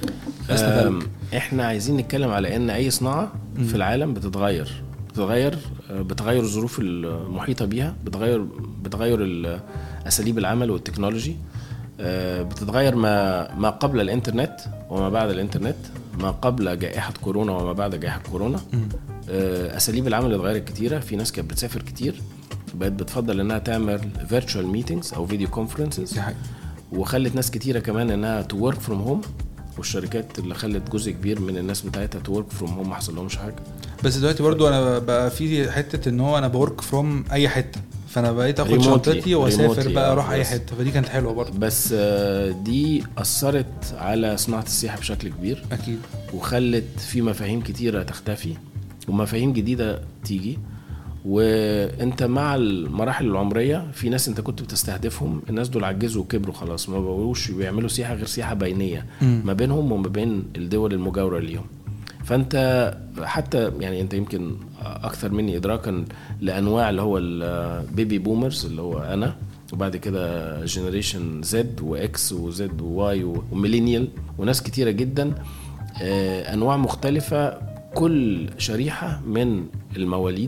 احنا عايزين نتكلم على ان اي صناعه م. في العالم بتتغير بتتغير بتغير الظروف المحيطه بيها، بتغير بتغير اساليب العمل والتكنولوجي، بتتغير ما ما قبل الانترنت وما بعد الانترنت، ما قبل جائحه كورونا وما بعد جائحه كورونا. م. اساليب العمل اتغيرت كتيره. في ناس كانت بتسافر كتير بقت بتفضل انها تعمل فيرتشوال ميتينجز او فيديو كونفرنسز، وخلت ناس كتيره كمان انها تو ورك فروم هوم، والشركات اللي خلت جزء كبير من الناس بتاعتها تو ورك فروم هوم ما حصل لهمش حاجه. بس دلوقتي برضو انا بقى في حته ان هو انا بورك فروم اي حته، فانا بقيت اخد شنطتي واسافر بقى اروح اي حته، فدي كانت حلوه برضو. بس دي اثرت على صناعه السياحه بشكل كبير اكيد، وخلت في مفاهيم كتيره تختفي ومفاهيم جديده تيجي. وانت مع المراحل العمريه في ناس انت كنت بتستهدفهم، الناس دول عجزوا وكبروا خلاص، ما بقوش بيعملوا سياحه غير سياحه بينيه م. ما بينهم وما بين الدول المجاوره ليهم. فانت حتى يعني انت يمكن اكثر مني ادراكا لانواع اللي هو البيبي بومرز اللي هو انا، وبعد كده جنريشن زد واكس وزد وواي وميلينيال وناس كتيره جدا، انواع مختلفه كل شريحة من المواليد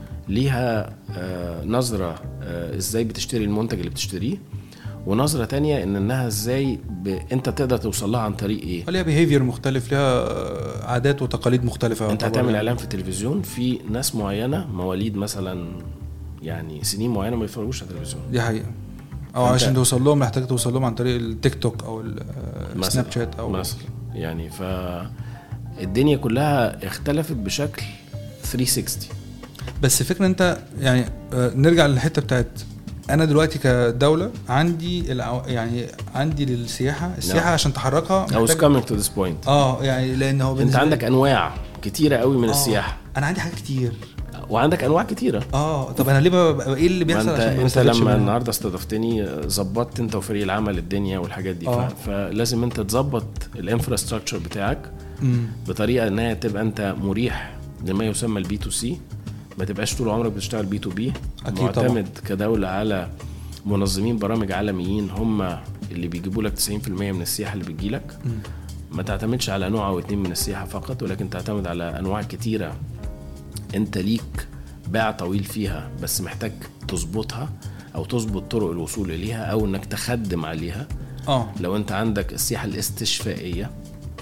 ليها نظرة ازاي بتشتري المنتج اللي بتشتريه، ونظرة تانية ان انها ازاي ب... انت تقدر توصل لها عن طريق ايه. ليها بيهيفير مختلف، ليها عادات وتقاليد مختلفة. انت هتعمل اعلان في التلفزيون في ناس معينة مواليد مثلا يعني سنين معينة ما يتفرجوش على التلفزيون، دي حقيقة. او عشان توصل لهم محتاج توصل لهم عن طريق التيك توك او السناب شات او مثلا يعني. ف الدنيا كلها اختلفت بشكل ثلاثمية وستين. بس فكرة انت يعني نرجع للحتة بتاعت انا دلوقتي كدولة عندي العو... يعني عندي للسياحة السياحة no. عشان تحركها I was coming to this point. اه يعني لان هو انت عندك انواع كتيرة قوي من آه. السياحة. انا عندي حاجات كتير وعندك انواع كتيرة. اه طب انا ليه بقى ايه اللي بيحصل؟ انت, انت لما النهارده استضفتني زبطت انت وفريق العمل الدنيا والحاجات دي. آه. فلازم انت تظبط الانفراستراكشر بتاعك مم. بطريقه انها تبقى انت مريح لما يسمى البي تو سي، ما تبقاش طول عمرك بتشتغل بي تو بي. معتمد طبعا. كدوله على منظمين برامج عالميين هم اللي بيجيبوا لك تسعين في المية من السياحه اللي بتجيلك. ما تعتمدش على نوع او اتنين من السياحه فقط، ولكن تعتمد على انواع كتيره انت ليك باع طويل فيها، بس محتاج تظبطها او تظبط طرق الوصول اليها او انك تخدم عليها. اه لو انت عندك السياحه الاستشفائيه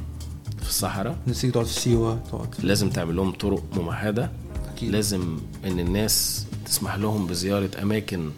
في الصحراء، نسيت تقعد في سيوه، لازم تعمل لهم طرق ممهده. أكيد. لازم ان الناس تسمح لهم بزياره اماكن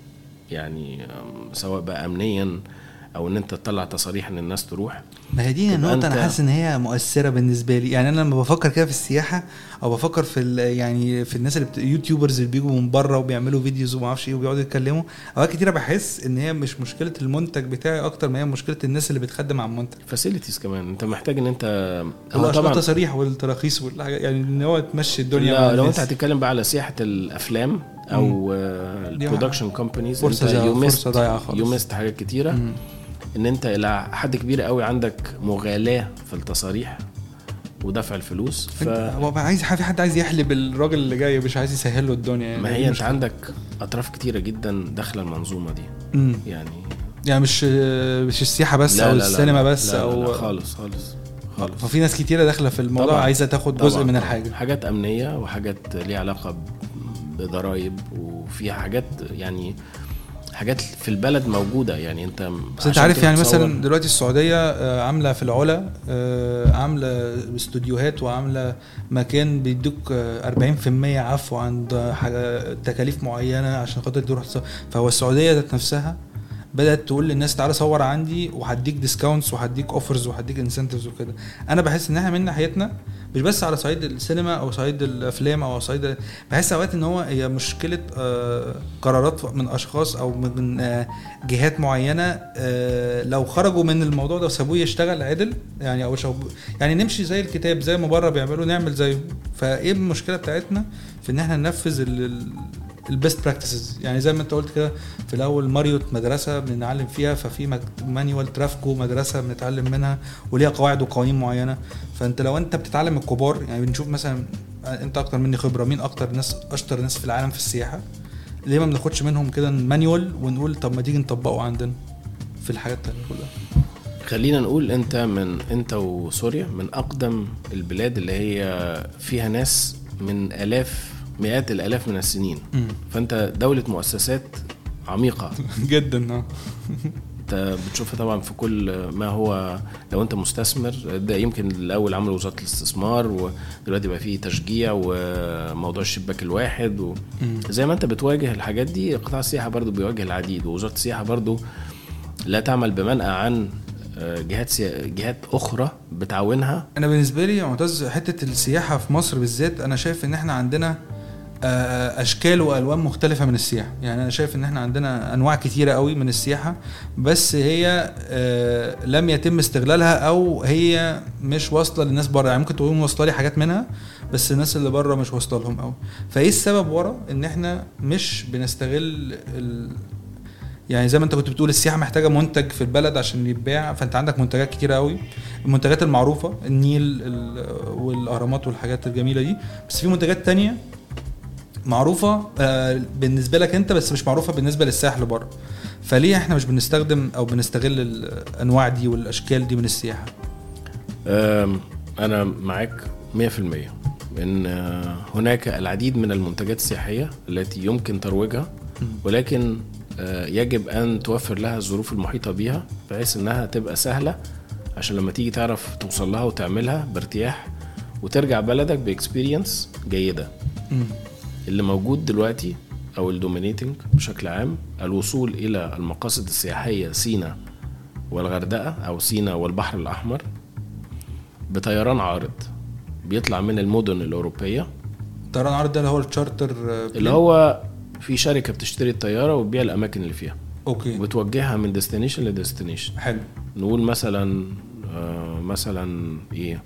يعني سواء بقى امنيا او ان انت تطلع تصاريح ان الناس تروح. ما هي دي النقطه انا حاسس ان هي مؤثره بالنسبه لي. يعني انا لما بفكر كده في السياحه او بفكر في يعني في الناس اللي بت... يوتيوبرز اللي بيجوا من بره وبيعملوا فيديوز وما اعرفش ايه وبيقعدوا يتكلموا، اوقات كتيره بحس ان هي مش مشكله المنتج بتاعي اكتر ما هي مشكله الناس اللي بتخدم على المنتج. فاسيلتيز كمان انت محتاج ان انت طبعا التصاريح والتراخيص والحاجه يعني ان هو تمشي الدنيا مع لو انت هتتكلم بقى على سياحه الافلام او البرودكشن كومبانيز، انت فرصه ضايعه خالص، يومست حاجات كتيره. مم. ان انت الى حد كبير قوي عندك مغالاة في التصاريح ودفع الفلوس. ف هو عايز في حد عايز يحلب الراجل اللي جاي، مش عايز يسهل له الدنيا يعني. ما هي انت عندك اطراف كتيره جدا داخله المنظومه دي. مم. يعني يعني مش مش السياحه بس او السينما بس لا او لا خالص خالص خالص. ففي ناس كتيره داخله في الموضوع طبعًا. عايزه تاخد جزء طبعًا. من الحاجه، حاجات امنيه وحاجات ليها علاقه بضرايب، وفيها حاجات يعني حاجات في البلد موجودة. يعني انت بس انت عارف يعني مثلا دلوقتي السعودية عاملة في العلا عاملة استوديوهات وعاملة مكان بيدوك أربعين في المية عفو عند تكاليف معينة عشان خاطر تروح. فهو السعودية ذات نفسها بدأت تقول للناس تعالى صور عندي وهديك ديسكاونتس وهديك اوفرز وهديك انسنتيفز وكده. انا بحس ان احنا من ناحيتنا مش بس على صعيد السينما او صعيد الافلام او صعيد، بحس اوقات ان هو هي مشكله آه قرارات من اشخاص او من آه جهات معينه. آه لو خرجوا من الموضوع ده وسابوه يشتغل عدل يعني او يعني نمشي زي الكتاب زي ما بره بيعملوا نعمل زيه. فايه المشكله بتاعتنا في ان احنا ننفذ البيست براكتسز؟ يعني زي ما انت قلت كده في الاول ماريوت مدرسه بنتعلم فيها، ففي مانيوال ترافكو مدرسه بنتعلم منها وليها قواعد وقوانين معينه. فانت لو انت بتتعلم الكبار يعني بنشوف مثلا انت اكتر مني خبره مين اكتر ناس اشطر ناس في العالم في السياحه، ليه ما بناخدش منهم كده مانيوال ونقول طب ما تيجي نطبقه عندنا في الحاجات التانية كلها؟ خلينا نقول انت من انت وسوريا من اقدم البلاد اللي هي فيها ناس من الاف مئات الالاف من السنين. م. فانت دولة مؤسسات عميقة جدا. انت بتشوفها طبعا في كل ما هو. لو انت مستثمر ده يمكن الاول عملوا وزارة الاستثمار، ودلوقتي بقى فيه تشجيع وموضوع الشباك الواحد و... زي ما انت بتواجه الحاجات دي قطاع السياحة برضو بيواجه العديد، ووزارة السياحة برضو لا تعمل بمنأى عن جهات سي... جهات اخرى بتعاونها. انا بالنسبه لي يا معتز حته السياحه في مصر بالذات انا شايف ان احنا عندنا اشكال والوان مختلفه من السياحه. يعني انا شايف ان احنا عندنا انواع كتيره قوي من السياحه، بس هي لم يتم استغلالها او هي مش واصله للناس بره. يعني ممكن تقول واصله لي حاجات منها بس الناس اللي بره مش واصله لهم قوي. فايه السبب ورا ان احنا مش بنستغل ال... يعني زي ما انت كنت بتقول السياحه محتاجه منتج في البلد عشان يتباع، فانت عندك منتجات كتيره قوي، المنتجات المعروفه النيل والاهرامات والحاجات الجميله دي، بس في منتجات تانية معروفه بالنسبه لك انت بس مش معروفه بالنسبه للسائح اللي بره. فليه احنا مش بنستخدم او بنستغل الانواع دي والاشكال دي من السياحه؟ انا معاك مية في المية. ان هناك العديد من المنتجات السياحية التي يمكن ترويجها، ولكن يجب ان توفر لها الظروف المحيطة بها بحيث انها تبقى سهلة عشان لما تيجي تعرف توصل لها وتعملها بارتياح وترجع بلدك باكسبيرينس جيدة. اللي موجود دلوقتي او الدومينيتنج بشكل عام الوصول الى المقاصد السياحية سينا والغردقة او سينا والبحر الاحمر بطيران عارض بيطلع من المدن الاوروبية. طيران عارض ده اللي هو التشارتر اللي هو في شركة بتشتري الطيارة وتبيع الاماكن اللي فيها، اوكي، وبتوجهها من ديستنيشن لديستنيشن. حلو. نقول مثلا آه مثلا ايه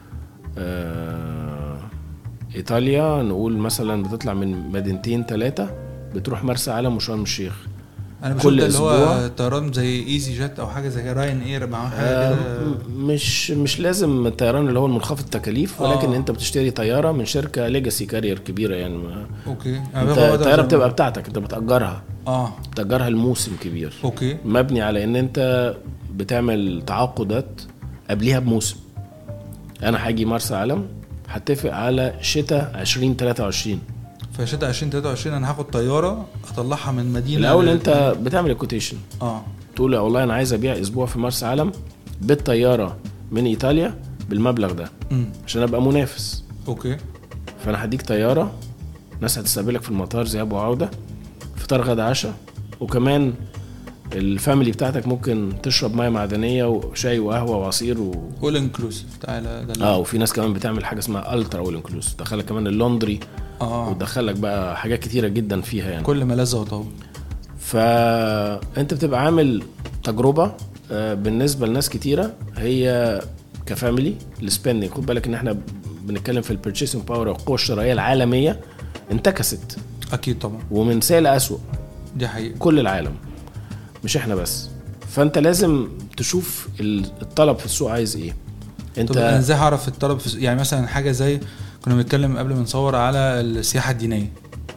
آه ايطاليا، نقول مثلا بتطلع من مدينتين ثلاثة بتروح مرسى علم وشرم الشيخ. انا بشوف ده اللي هو طيران زي ايزي جت او حاجه زي راين اير مع حاجه آه كده. مش مش لازم الطيران اللي هو المنخفض التكاليف، ولكن آه. انت بتشتري طياره من شركه ليجاسي كارير كبيره يعني. اوكي، انت الطياره بتبقى بتاعتك، انت بتاجرها اه بتاجرها الموسم كبير. اوكي، مبني على ان انت بتعمل تعاقدات قبليها بموسم. انا هاجي مرسى علم هتفق على شتاء عشرين تلاتة وعشرين، فشتاء عشرين تلاتة وعشرين انا هاخد طياره اطلعها من مدينه. الاول انت بتعمل الكوتيشن، اه تقول والله انا عايز ابيع اسبوع في مرسى علم بالطياره من ايطاليا بالمبلغ ده م. عشان ابقى منافس. اوكي، فانا هديك طياره، ناس هتستقبلك في المطار ذهاب وعوده، فطار غدا عشاء، وكمان الفاميلي بتاعتك ممكن تشرب ميه معدنيه وشاي وقهوه وعصير و اول انكلوسيف. تعالى ده اه وفي ناس كمان بتعمل حاجه اسمها الترا اول انكلوسيف، تدخلك كمان اللوندري اه وتدخلك بقى حاجات كتيره جدا فيها يعني كل ملذه وطاب. فانت بتبقى عامل تجربه بالنسبه لناس كتيره هي كفاميلي السبيندنج. خد بالك ان احنا بنتكلم في البيرتشيسنج باور، القوه الشرائيه العالميه انتكست اكيد طبعا، ومن سيء لأسوأ. دي حقيقة، كل العالم مش احنا بس. فانت لازم تشوف الطلب في السوق عايز ايه. انت طب انا ازاي هعرف الطلب في السوق؟ يعني مثلا حاجه زي كنا بنتكلم قبل ما نصور على السياحه الدينيه،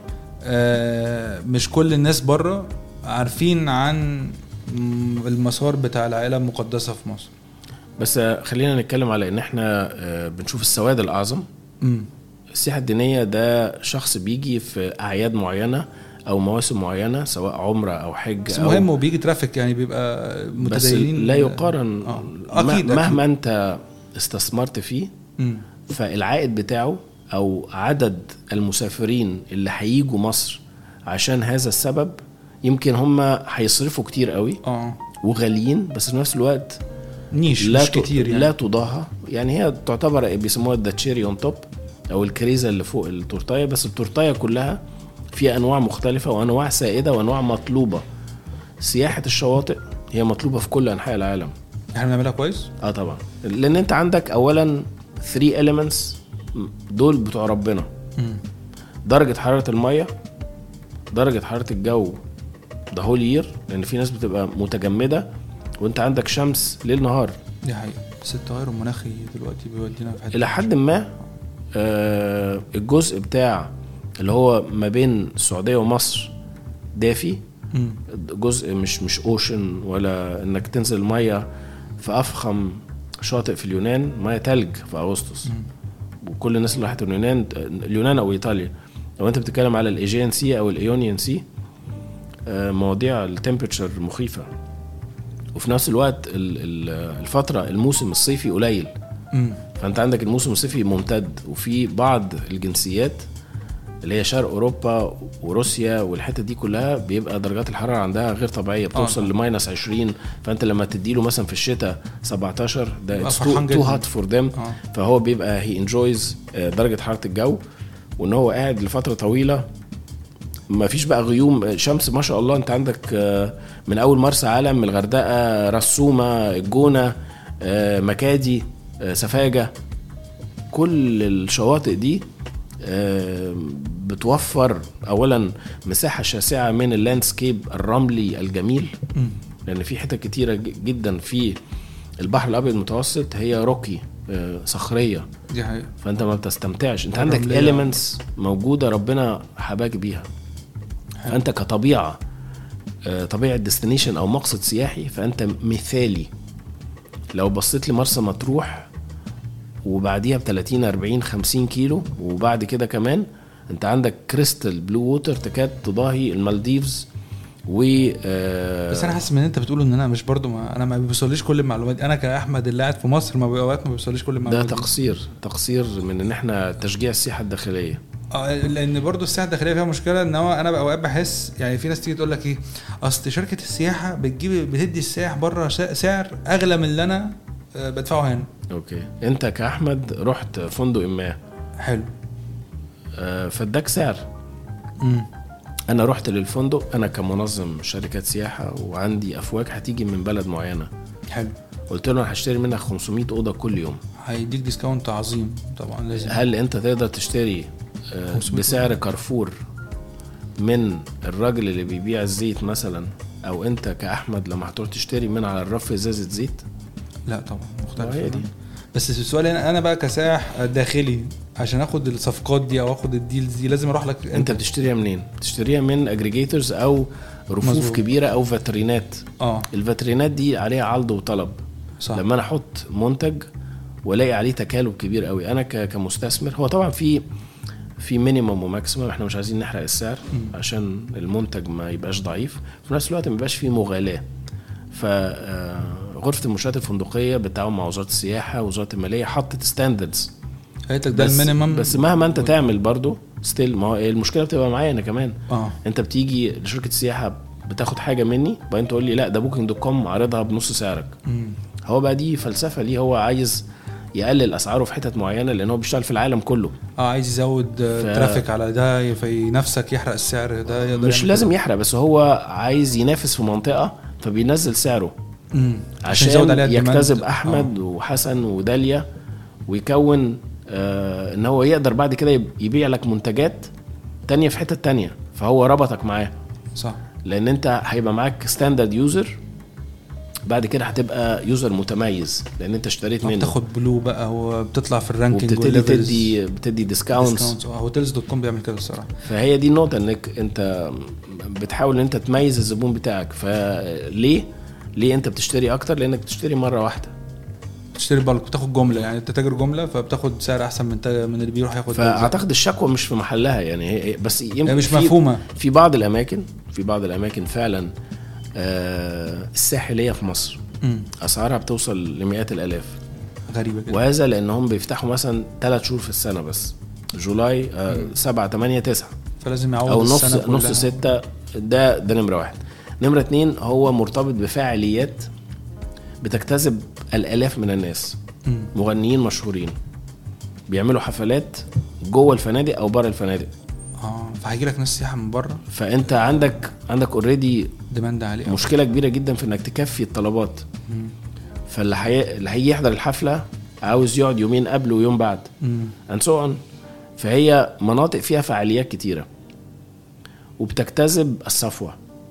آه مش كل الناس بره عارفين عن المسار بتاع العائله المقدسه في مصر. بس خلينا نتكلم على ان احنا بنشوف السواد الاعظم. م. السياحه الدينيه ده شخص بيجي في اعياد معينه او مواسم معينه سواء عمره او حج، بس مهم وبيجي ترافيك يعني بيبقى متدينين، بس لا يقارن آه. أكيد مهما أكيد. انت استثمرت فيه م. فالعائد بتاعه او عدد المسافرين اللي هيجوا مصر عشان هذا السبب يمكن هم هيصرفوا كتير قوي اه وغاليين، بس في نفس الوقت نيش لا مش كتير يعني. لا تضاهى يعني. هي تعتبر بيسموها الداتشيري اون توب او الكريزه اللي فوق التورتايه، بس التورتايه كلها فيها انواع مختلفه وانواع سائده وانواع مطلوبه. سياحه الشواطئ هي مطلوبه في كل انحاء العالم. احنا بنعملها كويس اه طبعا، لان انت عندك اولا ثري elements دول بتوع ربنا. م. درجه حراره الميه، درجه حراره الجو ده هول يير، لان في ناس بتبقى متجمده وانت عندك شمس ليل نهار. دي حقيقه، بس التغير المناخي دلوقتي بيودينا في حته الى حد ما. آه الجزء بتاع اللي هو ما بين السعوديه ومصر دافي، م. جزء مش مش اوشن ولا انك تنزل ميه في افخم شاطئ في اليونان، ميه تلج في اغسطس. م. وكل الناس اللي راحت اليونان اليونان او ايطاليا، لو انت بتتكلم على الايجين سي او الايونيان سي، مواضيع التمبريتشر مخيفة. وفي نفس الوقت الفترة الموسم الصيفي قليل، م. فانت عندك الموسم الصيفي ممتد، وفي بعض الجنسيات اللي هي شرق اوروبا وروسيا والحتة دي كلها بيبقى درجات الحرارة عندها غير طبيعية، بتوصل آه. لماينس عشرين. فانت لما تديله مثلا في الشتاء سبعتاشر ده it's too, too hot for them. آه. فهو بيبقى he enjoys درجة حرارة الجو، وان هو قاعد لفترة طويلة ما فيش بقى غيوم شمس. ما شاء الله انت عندك من اول مرسى علم، الغردقة، رسومة، الجونة، مكادي، سفاجة، كل الشواطئ دي بتوفر اولا مساحة شاسعة من اللاندسكيب الرملي الجميل، لان في حتة كتيرة جدا في البحر الابيض المتوسط هي روكي صخرية، دي حقيقة. فانت ما بتستمتعش، انت عندك elements موجودة ربنا حباك بيها. فأنت كطبيعة طبيعة ديستنيشن أو مقصد سياحي فأنت مثالي. لو بصيت لمرسى مطروح وبعديها ب ثلاثين أربعين خمسين كيلو، وبعد كده كمان انت عندك كريستال بلو ووتر تكاد تضاهي المالديفز. و آه بس انا حاسس ان انت بتقول ان انا مش برضو ما انا ما بيوصليش كل المعلومات. انا كاحمد اللي قاعد في مصر ما اوقات ما بيوصليش كل المعلومات. ده تقصير تقصير من ان احنا تشجيع السياحه الداخليه. اه لان برضو السياحه الداخليه فيها مشكله، ان هو انا اوقات بحس يعني في ناس تيجي تقول لك ايه، اصل شركه السياحه بتجيب بتدي السائح بره سعر اغلى من اللي انا بدفعه هنا. اوكي انت كاحمد رحت فندق ما حلو آه فداك سعر. امم انا رحت للفندق انا كمنظم شركات سياحه وعندي افواج هتيجي من بلد معينه. حلو. قلت له انا هشتري منك خمسمية اوضه كل يوم، هيديك ديسكاونت عظيم طبعا لازم. هل انت تقدر تشتري آه بسعر كارفور من الراجل اللي بيبيع الزيت مثلا، او انت كاحمد لما هتروح تشتري من على الرف ازازه زيت؟ لا طبعا مختلف. هي دي. بس السؤال هنا انا بقى كسائح داخلي عشان اخد الصفقات دي او اخد الديلز دي لازم اروح لك. انت بتشتريها منين؟ بتشتريها من اجريجيتورز او رفوف مزبوط. كبيره او فاترينات. اه الفاترينات دي عليها عرض وطلب. صح. لما انا احط منتج والاقي عليه تكالب كبير قوي انا كمستثمر، هو طبعا في في مينيمم وماكسيمم، احنا مش عايزين نحرق السعر م. عشان المنتج ما يبقاش ضعيف، في نفس الوقت ما يبقاش فيه مغالاه. فغرفه المنشآت الفندقيه بالتعاون مع وزاره السياحه ووزاره الماليه حطت ستاندردز هيتك ده المينيمم. بس مهما انت تعمل برضو ستيل، ما هو المشكله بتبقى معايا انا كمان. اه انت بتيجي لشركه السياحه بتاخد حاجه مني بعدين تقول لي لا ده بوكينج دوت كوم عارضها بنص سعرك. م. هو بقى دي فلسفه ليه، هو عايز يقلل اسعاره في حتت معينه لان هو بيشتغل في العالم كله. اه عايز يزود ف... ترافيك على ده في نفسك يحرق السعر ده يقدر. مش لازم يحرق، بس هو عايز ينافس في منطقه فبينزل سعره امم عشان يزود عليها يكتسب احمد آه. وحسن وداليا ويكون آه ان هو يقدر بعد كده يبيع لك منتجات تانية في حتة تانية. فهو ربطك معاه. صح. لان انت هيبقى معاك ستاندرد يوزر، بعد كده هتبقى يوزر متميز لان انت اشتريت منه. بتاخد بلو بقى وبتطلع في الرانكينج وبتبتدي تدي بتدي ديسكاونتس. هوتيلز دوت كوم بيعمل كده الصراحه. فهي دي النقطه انك انت بتحاول ان انت تميز الزبون بتاعك. فليه ليه انت بتشتري اكتر؟ لانك بتشتري مره واحده، تشتري بالك، بتاخد جمله، يعني انت تاجر جمله فبتاخد سعر احسن من من اللي بيروح ياخد. فاعتقد الشكوى مش في محلها يعني، بس يمكن مش مفهومه. في بعض الاماكن في بعض الاماكن فعلا آه الساحليه في مصر م. اسعارها بتوصل لمئات الالاف. غريبه كده. وهذا لانهم بيفتحوا مثلا ثلاث شهور في السنه بس، جولاي آه سبعة ثمانية تسعة، فلازم يعوض او نص السنة نص ستة. ده ده نمره واحد. نمره اتنين هو مرتبط بفعاليات بتجتذب الالاف من الناس. م. مغنيين مشهورين بيعملوا حفلات جوه الفنادق او بره الفنادق. اه فهيجي لك ناس سياحه من بره. فانت عندك عندك اوريدي ديماند عالي، مشكله كبيره جدا في انك تكفي الطلبات. م. فاللي حي... اللي هيجي يحضر الحفله عاوز يقعد يومين قبل ويوم بعد and so on. فهي مناطق فيها فعاليات كتيره وبتجتذب الصفوه،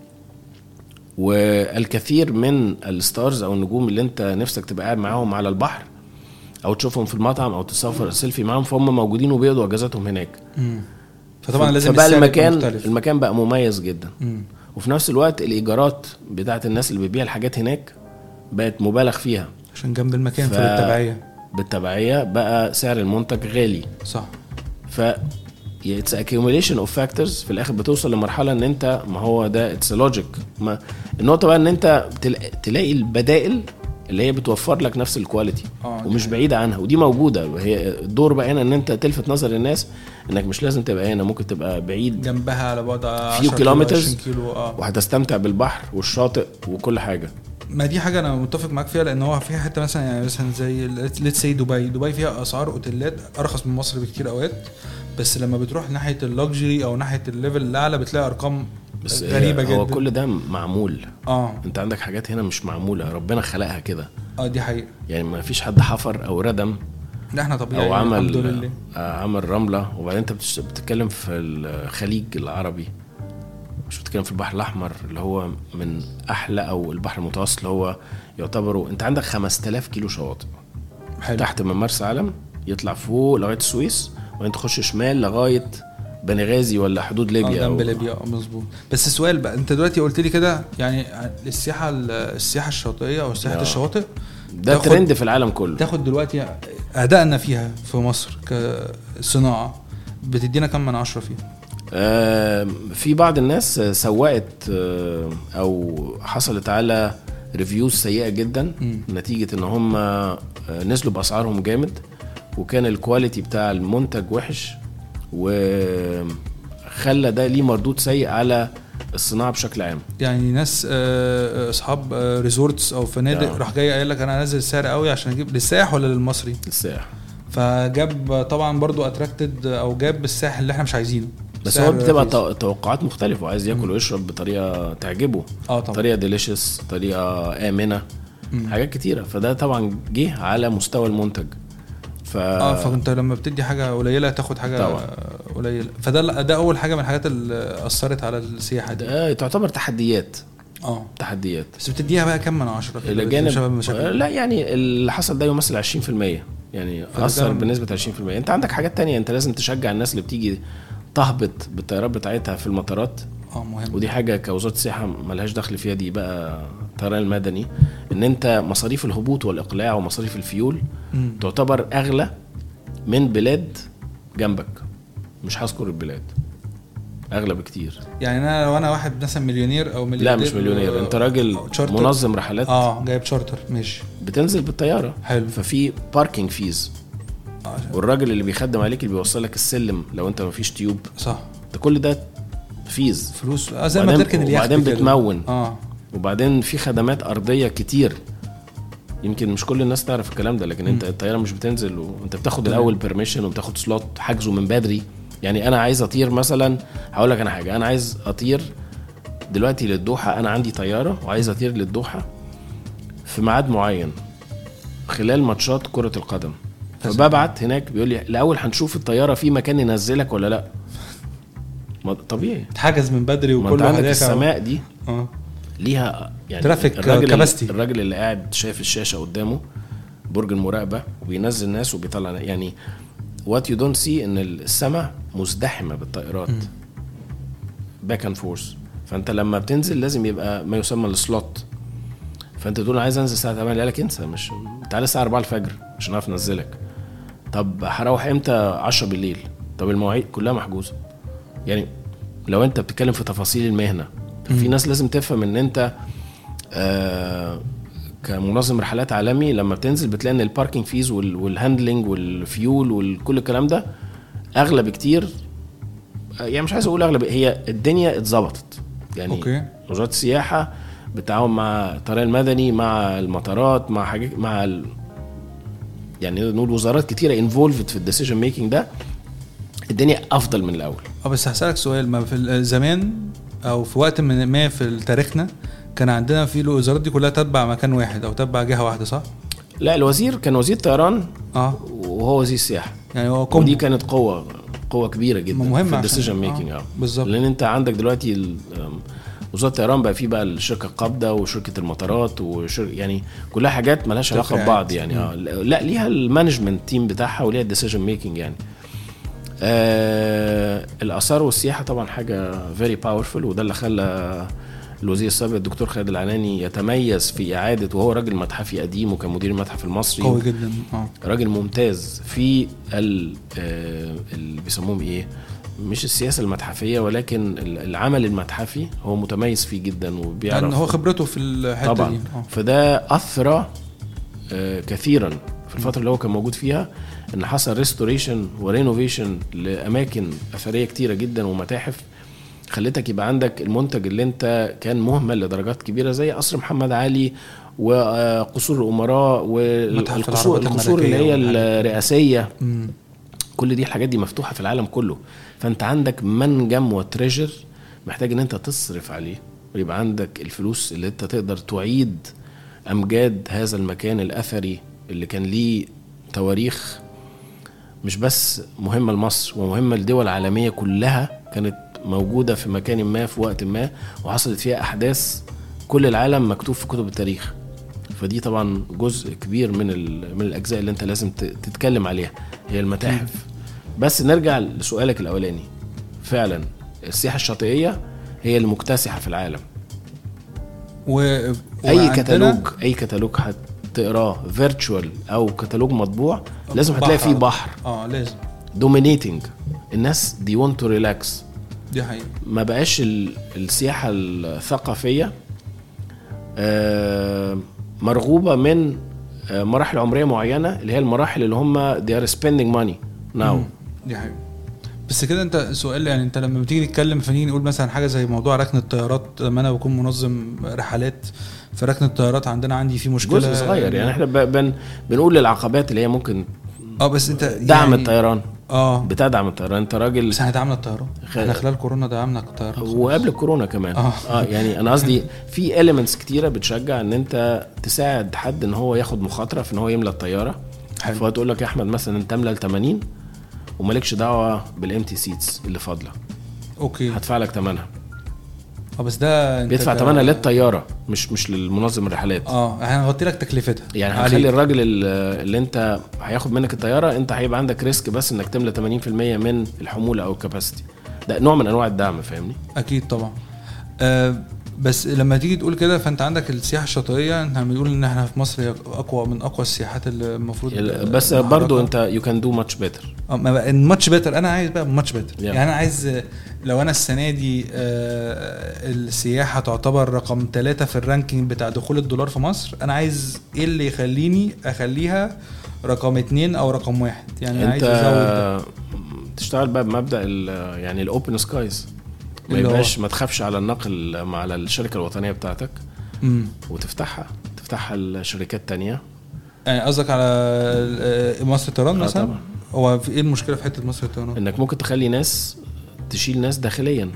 والكثير من الستارز او النجوم اللي انت نفسك تبقى قاعد معاهم على البحر او تشوفهم في المطعم او تصور سيلفي معاهم، فهم موجودين وبيقضوا اجازاتهم هناك. مم. فطبعا لازم فبقى المكان مختلف. المكان بقى مميز جدا. مم. وفي نفس الوقت الايجارات بتاعت الناس اللي بيبيع الحاجات هناك بقت مبالغ فيها عشان جنب المكان. ف... فبالتبعيه بالتبعيه بقى سعر المنتج غالي. صح. ف it's accumulation of factors. في الاخر بتوصل لمرحله ان انت ما هو ده it's logic. ما النقطه بقى ان انت تلاقي البدائل اللي هي بتوفر لك نفس الكواليتي ومش بعيده عنها، ودي موجوده. هي الدور بقى هنا ان انت تلفت نظر الناس انك مش لازم تبقى هنا، ممكن تبقى بعيد جنبها على بعد عشرة كيلومتر كيلو اه وهتستمتع بالبحر والشاطئ وكل حاجه. ما دي حاجه انا متفق معاك فيها، لان هو في حته مثلا يعني مثلا زي ليتس سي دبي. دبي فيها اسعار اوتيلات ارخص من مصر بكتير اوقات، بس لما بتروح ناحيه اللوكسجري او ناحيه الليفل الاعلى بتلاقي ارقام بس غريبه جدا. هو كل ده معمول. اه انت عندك حاجات هنا مش معموله، ربنا خلقها كده. اه دي حقيقه، يعني ما فيش حد حفر او ردم ده احنا طبيعي او عمل آه عمل رمله. وبعدين انت بتتكلم في الخليج العربي، مش بتتكلم في البحر الاحمر اللي هو من احلى، او البحر المتوسط اللي هو يعتبروا انت عندك خمسة آلاف كيلو شواطئ. حلو. تحت من مرسى علم يطلع فوق لغايه السويس، وانت تخش شمال لغايه بنغازي ولا حدود ليبيا. اه جنب ليبيا. اه مظبوط. بس السؤال بقى، انت دلوقتي قلت لي كده يعني السياحه السياحه الشاطئيه او سياحه الشواطئ ده ترند في العالم كله. تاخد دلوقتي ادائنا فيها في مصر كصناعه بتدينا كم من عشرة فيها؟ آه في بعض الناس سوقت آه او حصلت على ريفيوز سيئة جدا م. نتيجة ان هم آه نزلوا باسعارهم جامد وكان الكواليتي بتاع المنتج وحش وخلى ده ليه مردود سيء على الصناعة بشكل عام. يعني ناس اصحاب ريزورتس او فنادق راح جاي قايل لك انا انزل السعر قوي عشان اجيب للسائح ولا للمصري؟ للسائح. فجاب طبعا برضو اتراكتد او جاب الساحل اللي احنا مش عايزينه. بس هو بتبقى توقعات مختلفة وعايز ياكل ويشرب بطريقة تعجبه. اه طبعا. طريقة ديليشس، طريقة آمنة، مم. حاجات كتيرة. فده طبعا جه على مستوى المنتج. ف... اه فانت لما بتدي حاجة قليلة تاخد حاجة طبعا قليلة. فده ده اول حاجة من الحاجات اللي اثرت على السياحة دي. ده تعتبر تحديات. اه تحديات. بس بتديها بقى كم من عشرة؟ الجانب لا يعني اللي حصل ده يمثل عشرين في المية يعني اثر بنسبة عشرين في المية. انت عندك حاجات تانية انت لازم تشجع الناس اللي بتيجي تهبط بالطيارات بتاعتها في المطارات. اه مهم. ودي حاجة كوزارة السياحة ملهاش دخل فيها، دي بقى الطيران المدني. ان انت مصاريف الهبوط والاقلاع ومصاريف الفيول م. تعتبر اغلى من بلاد جنبك، مش هذكر البلاد، اغلى بكتير. يعني انا لو انا واحد مثلا مليونير او مليونير، لا مش مليونير، انت راجل منظم رحلات اه جايب شارتر ماشي، بتنزل بالطياره حلو، ففي باركينج فيز آه. والراجل اللي بيخدم عليك اللي بيوصلك السلم لو انت ما فيش تيوب، صح، ده كل ده فيز فلوس آه زي ما تركن اليخت، وبعدين بتمون اه وبعدين في خدمات ارضيه كتير. يمكن مش كل الناس تعرف الكلام ده، لكن م. انت الطياره مش بتنزل وانت بتاخد الاول بيرميشن وبتاخد سلوت حجزه من بدري. يعني انا عايز اطير مثلا، هقول لك انا حاجه، انا عايز اطير دلوقتي للدوحه، انا عندي طياره وعايز اطير للدوحه في ميعاد معين خلال ماتشات كره القدم، فببعت هناك بيقول لي الاول هنشوف الطياره في مكان ينزلك ولا لا. طبيعي اتحجز من بدري وكل حاجه. عندك السماء دي اه ليها يعني ترافيك كاباسيتي. الراجل اللي قاعد شايف الشاشه قدامه برج المراقبه وبينزل ناس وبيطلع، يعني what you don't see ان السماء مزدحمه بالطائرات باك اند فورس. فانت لما بتنزل لازم يبقى ما يسمى السلوت، فانت تقول عايز انزل الساعه ثمانية، قالك انسى، مش تعالى الساعه أربعة الفجر عشان نعرف ننزلك. طب هروح امتى؟ عشرة بالليل. طب المواعيد كلها محجوزه. يعني لو انت بتتكلم في تفاصيل المهنه، في ناس لازم تفهم ان انت آه كمنظم رحلات عالمي لما بتنزل بتلاقي ان الباركينج فيز والهاندلنج والفيول وكل الكلام ده اغلى بكتير. يعني مش عايز اقول اغلى، هي الدنيا اتظبطت. يعني أوكي. وزارة السياحة بالتعاون مع الطيران المدني مع المطارات مع حاجات مع ال... يعني نقول وزارات كتيرة انفولفد في الديسيجن ميكينج ده، الدنيا افضل من الاول. اه بس هسألك سؤال، ما في زمان او في وقت من ما في تاريخنا كان عندنا في الوزارات دي كلها تتبع مكان واحد او تتبع جهة واحدة، صح؟ لا، الوزير كان وزير طيران اه وهو وزير السياحة، يعني هو ودي كانت قوة قوة كبيرة جدا في الديسيجن ميكينج. اه بالظبط، لان انت عندك دلوقتي وزارة الطيران بقى فيه بقى الشركة القابضة وشركة المطارات وشر... يعني كلها حاجات مالهاش علاقة ببعض. يعني اه لا، ليها المانجمنت تيم بتاعها وليها الديسيجن ميكينج. يعني آه الآثار والسياحة طبعا حاجة very powerful، وده اللي خلى الوزير السابق الدكتور خالد العناني يتميز في إعادة، وهو راجل متحفي قديم وكان مدير المتحف المصري قوي جدا، آه. راجل ممتاز في ال آه اللي بيسموهم ايه، مش السياسة المتحفية ولكن العمل المتحفي، هو متميز فيه جدا وبيعرف، لأن هو خبرته في الحتة طبعا دي. آه. فده أثر آه كثيرا في الفترة اللي هو كان موجود فيها، ان حصل ريستوريشن ورينوفيشن لاماكن اثريه كتيره جدا ومتاحف، خلتك يبقى عندك المنتج اللي انت كان مهمل لدرجات كبيره زي قصر محمد علي وقصور الامراء والقصور القصور اللي هي الرئاسيه. مم. كل دي الحاجات دي مفتوحه في العالم كله، فانت عندك منجم وتريجر محتاج ان انت تصرف عليه ويبقى عندك الفلوس اللي انت تقدر تعيد امجاد هذا المكان الاثري اللي كان ليه تواريخ مش بس مهمة لمصر ومهمة لدول عالمية كلها، كانت موجودة في مكان ما في وقت ما وحصلت فيها أحداث كل العالم مكتوب في كتب التاريخ. فدي طبعا جزء كبير من من الأجزاء اللي أنت لازم تتكلم عليها هي المتاحف. بس نرجع لسؤالك الأولاني، فعلا السياحة الشاطئية هي المكتسحة في العالم. و... أي كتالوج أي كتالوج تقراه فيرتشوال او كتالوج مطبوع لازم هتلاقي فيه بحر. اه لازم دومينيتنج. الناس دي وانت تو ريلاكس. دي حقيقة. ما بقاش السياحة الثقافية مرغوبة من مراحل عمرية معينة اللي هي المراحل اللي هم they are spending money now. دي حقيقة. بس كده انت سؤال، يعني انت لما بتيجي تتكلم فنيجي نقول مثلا حاجة زي موضوع ركن الطيارات، لما انا بكون منظم رحلات في ركن الطيارات عندنا عندي في مشكلة جزء صغير. يعني احنا بن بنقول للعقبات اللي هي ممكن اه بس انت دعم يعني الطيران. اه بتدعم الطيران. انت راجل بس احنا دعمنا الطيران خ... احنا خلال كورونا دعمنا الطيران وقبل الكورونا كمان. اه, آه يعني انا قصدي في إليمنتس كتيرة بتشجع ان انت تساعد حد ان هو ياخد مخاطرة في ان هو يملى الطيارة. فتقول لك يا احمد مثلا انت املى التمانين ومالكش دعوة بالامتي سيتس اللي فاضلة. اوكي. هدفع لك تمنها. اه بس ده بيدفع تمنها للطيارة مش مش للمنظم الرحلات. اه احنا هنغطي لك تكلفتها. يعني هنخلي الراجل اللي انت هياخد منك الطيارة انت هيبقى عندك ريسك بس انك تملى تمانين في المية من الحمولة او الكاباسيتي. ده نوع من انواع الدعم. فاهمني؟ اكيد طبعا. آه بس لما تيجي تقول كده فانت عندك السياحه الشاطئيه، احنا بنقول ان احنا في مصر اقوى من اقوى السياحات اللي المفروض. بس برضو انت يو كان دو ماتش بيتر. اه ماتش بيتر. انا عايز بقى ماتش بيتر. yeah. يعني انا عايز لو انا السنه دي آه السياحه تعتبر رقم ثلاثة في الرانكينج بتاع دخول الدولار في مصر، انا عايز ايه اللي يخليني اخليها رقم اتنين او رقم واحد. يعني انت عايز ازود تشتغل بقى بمبدا يعني الاوبن سكايز. ما يبقاش ما تخافش على النقل مع الشركه الوطنيه بتاعتك مم. وتفتحها تفتحها لشركات تانية. يعني قصدك على مصر الطيران مثلا؟ آه هو في ايه المشكله في حته مصر الطيران؟ انك ممكن تخلي ناس تشيل ناس داخليا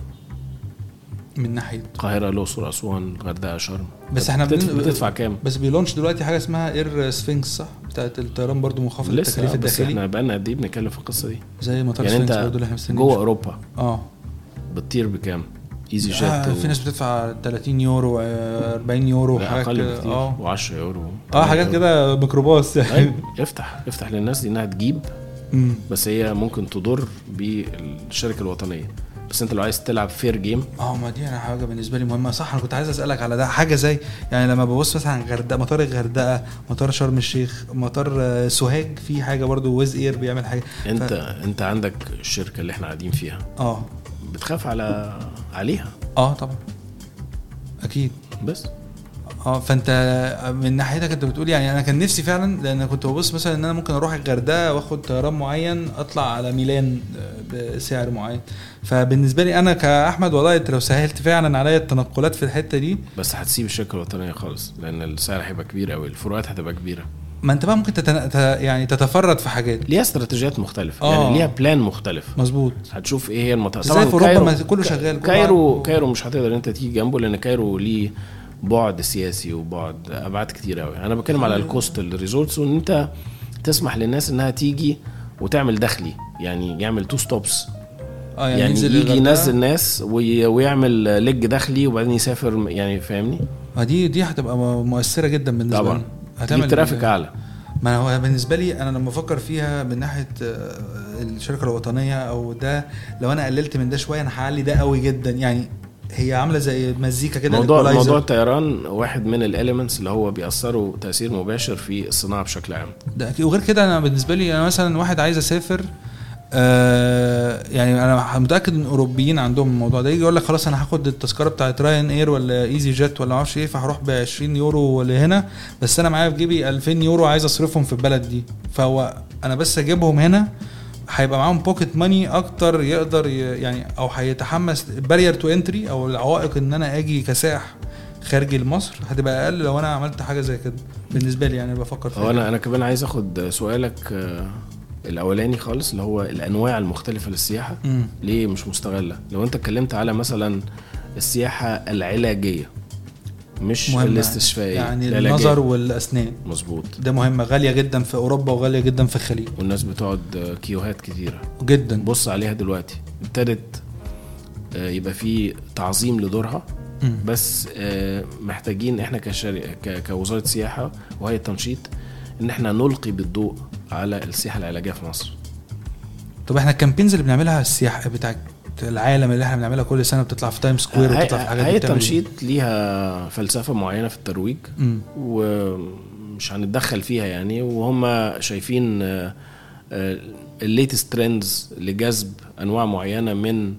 من ناحيه القاهره الاقصر اسوان الغردقه شرم. بس احنا بتدفع, بتدفع كام؟ بس بيلونش دلوقتي حاجه اسمها اير سفنكس صح بتاعه الطيران برضو منخفض التكاليف الداخلي. احنا بقالنا قد ايه بنتكلم في القصه دي زي مطار يعني سفنكس برضو اللي احنا مستنيين جوه اوروبا. اه بتطير بكام؟ ايزي جيت آه و... في ناس بتدفع تلاتين يورو أربعين يورو حاجات اه و10 يورو اه حاجات كده ميكروباص. أيوة. افتح افتح للناس دي انها تجيب. مم. بس هي ممكن تضر بالشركه الوطنيه. بس انت لو عايز تلعب فير جيم اه ما دي انا حاجه بالنسبه لي مهمه صح. انا كنت عايز اسالك على ده حاجه زي يعني لما ببص مثلا غردقه مطار الغردقه مطار شرم الشيخ مطار سوهاج في حاجه برضو ويز اير بيعمل حاجه. انت ف... انت عندك الشركه اللي احنا قاعدين فيها اه بتخاف على عليها. اه طبعا اكيد. بس اه فانت من ناحيتك انت بتقول يعني انا كان نفسي فعلا لان كنت ببص مثلا ان انا ممكن اروح الغردقه واخد طيران معين اطلع على ميلان بسعر معين. فبالنسبه لي انا كاحمد والله انت لو سهلت فعلا عليا التنقلات في الحته دي. بس هتسيب الشركه الوطنيه خالص لان السعر هيبقى كبير قوي الفروقات هتبقى كبيره. ما انت بقى ممكن تتن... يعني تتفرد في حاجات ليها استراتيجيات مختلفه. آه. يعني ليها بلان مختلف. مظبوط. هتشوف ايه هي المنطقه. طبعا في اوروبا كله شغال. كايرو كايرو مش هتقدر انت تيجي جنبه لان كايرو ليه بعد سياسي وبعد ابعاد كتير قوي. انا بتكلم على الكوستال ريزورتس وان انت تسمح للناس انها تيجي وتعمل دخلي يعني يعمل تو ستوبس. اه يعني, يعني يجي ينزل ناس وي... ويعمل لج دخلي وبعدين يسافر. يعني فاهمني؟ اه دي دي هتبقى مؤثره جدا بالنسبه طبعا. لي. هتعمل ترافيك اعلى. ما هو بالنسبه لي انا لما افكر فيها من ناحيه الشركه الوطنيه او ده لو انا قللت من ده شويه انا هعلي ده قوي جدا. يعني هي عامله زي مزيكا كده. موضوع موضوع الطيران واحد من الاليمنتس اللي هو بيأثروا تأثير مباشر في الصناعه بشكل عام. ده وغير كده انا بالنسبه لي انا مثلا واحد عايز اسافر آه يعني انا متاكد ان اوروبيين عندهم الموضوع ده. يجي يقول لك خلاص انا هاخد التذكره بتاعه راين اير ولا ايزي جيت ولا ما اعرفش ايه فهروح ب عشرين يورو ولا هنا بس انا معايا في جيبي ألفين يورو عايز اصرفهم في البلد دي. فهو انا بس اجيبهم هنا هيبقى معاهم بوكيت ماني اكتر يقدر يعني او هيتحمس بارير تو انتري او العوائق ان انا اجي كسائح خارجي لمصر هتبقى اقل لو انا عملت حاجه زي كده. بالنسبه لي يعني بفكر فيها. انا انا كمان عايز اخد سؤالك الاولاني خالص اللي هو الانواع المختلفه للسياحه. م. ليه مش مستغله؟ لو انت اتكلمت على مثلا السياحه العلاجيه مش الاستشفائيه يعني العلاجية. النظر والاسنان. مظبوط. ده مهمه غاليه جدا في اوروبا وغاليه جدا في الخليج والناس بتقعد كيوهات كتيره جدا. بص عليها دلوقتي ابتدت يبقى في تعظيم لدورها. م. بس محتاجين احنا كشركه كوزاره سياحه وهي التنشيط ان احنا نلقي بالضوء على السياحه العلاجيه في مصر. طب احنا الكامبينز اللي بنعملها السياحه بتاع العالم اللي احنا بنعملها كل سنه بتطلع في تايم سكوير وبتطلع في حاجات هي التنشيط ليها فلسفه معينه في الترويج م. و مش هنتدخل فيها يعني. وهم شايفين الليتست ترندز لجذب انواع معينه من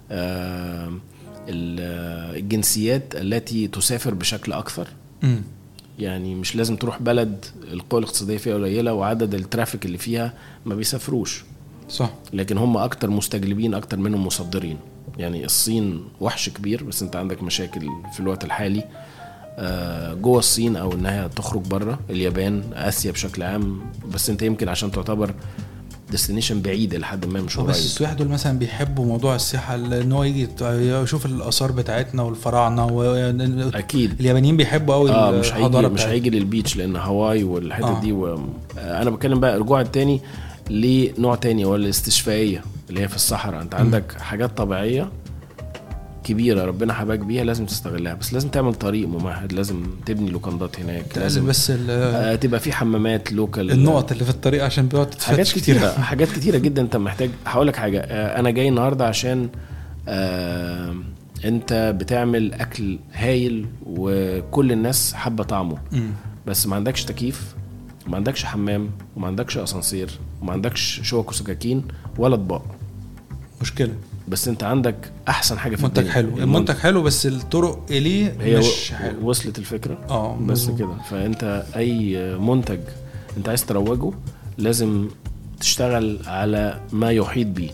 الجنسيات التي تسافر بشكل اكثر. م. يعني مش لازم تروح بلد القوة الاقتصادية فيها قليلة وعدد الترافيك اللي فيها ما بيسافروش، صح، لكن هم اكتر مستجلبين اكتر منهم مصدرين. يعني الصين وحش كبير، بس انت عندك مشاكل في الوقت الحالي جوه الصين او انها تخرج بره. اليابان، اسيا بشكل عام، بس انت يمكن عشان تعتبر ديستنيشن بعيد لحد ما مش قريب. بس السياح دول مثلا بيحبوا موضوع السياحه، ان هو يجي يشوف الاثار بتاعتنا والفراعنه و... اكيد اليابانيين بيحبوا قوي آه مش هيجي مش هيجي للبيتش لان هواي والحتت آه. دي و... انا بتكلم بقى رجوع التاني لنوع تاني ولا الاستشفائيه اللي هي في الصحراء. انت عندك م. حاجات طبيعيه كبيره ربنا حباك بيها لازم تستغلها، بس لازم تعمل طريق ممهد، لازم تبني لوكندات هناك، لازم بس آه تبقى في حمامات لوكال، النقط اللي في الطريق عشان بيقعد حاجات كتيره حاجات كتيره جدا. انت محتاج. هقول لك حاجه، آه انا جاي النهارده عشان آه انت بتعمل اكل هايل وكل الناس حابه طعمه، م. بس ما عندكش تكييف وما عندكش حمام وما عندكش اسانسير وما عندكش شوك وسكاكين ولا اطباق، مشكله. بس انت عندك احسن حاجه في منتج الدنيا. حلو، المنتج حلو بس الطرق اليه مش حلو. وصلت الفكره اه بس كده. فانت اي منتج انت عايز تروجه لازم تشتغل على ما يحيط بيه.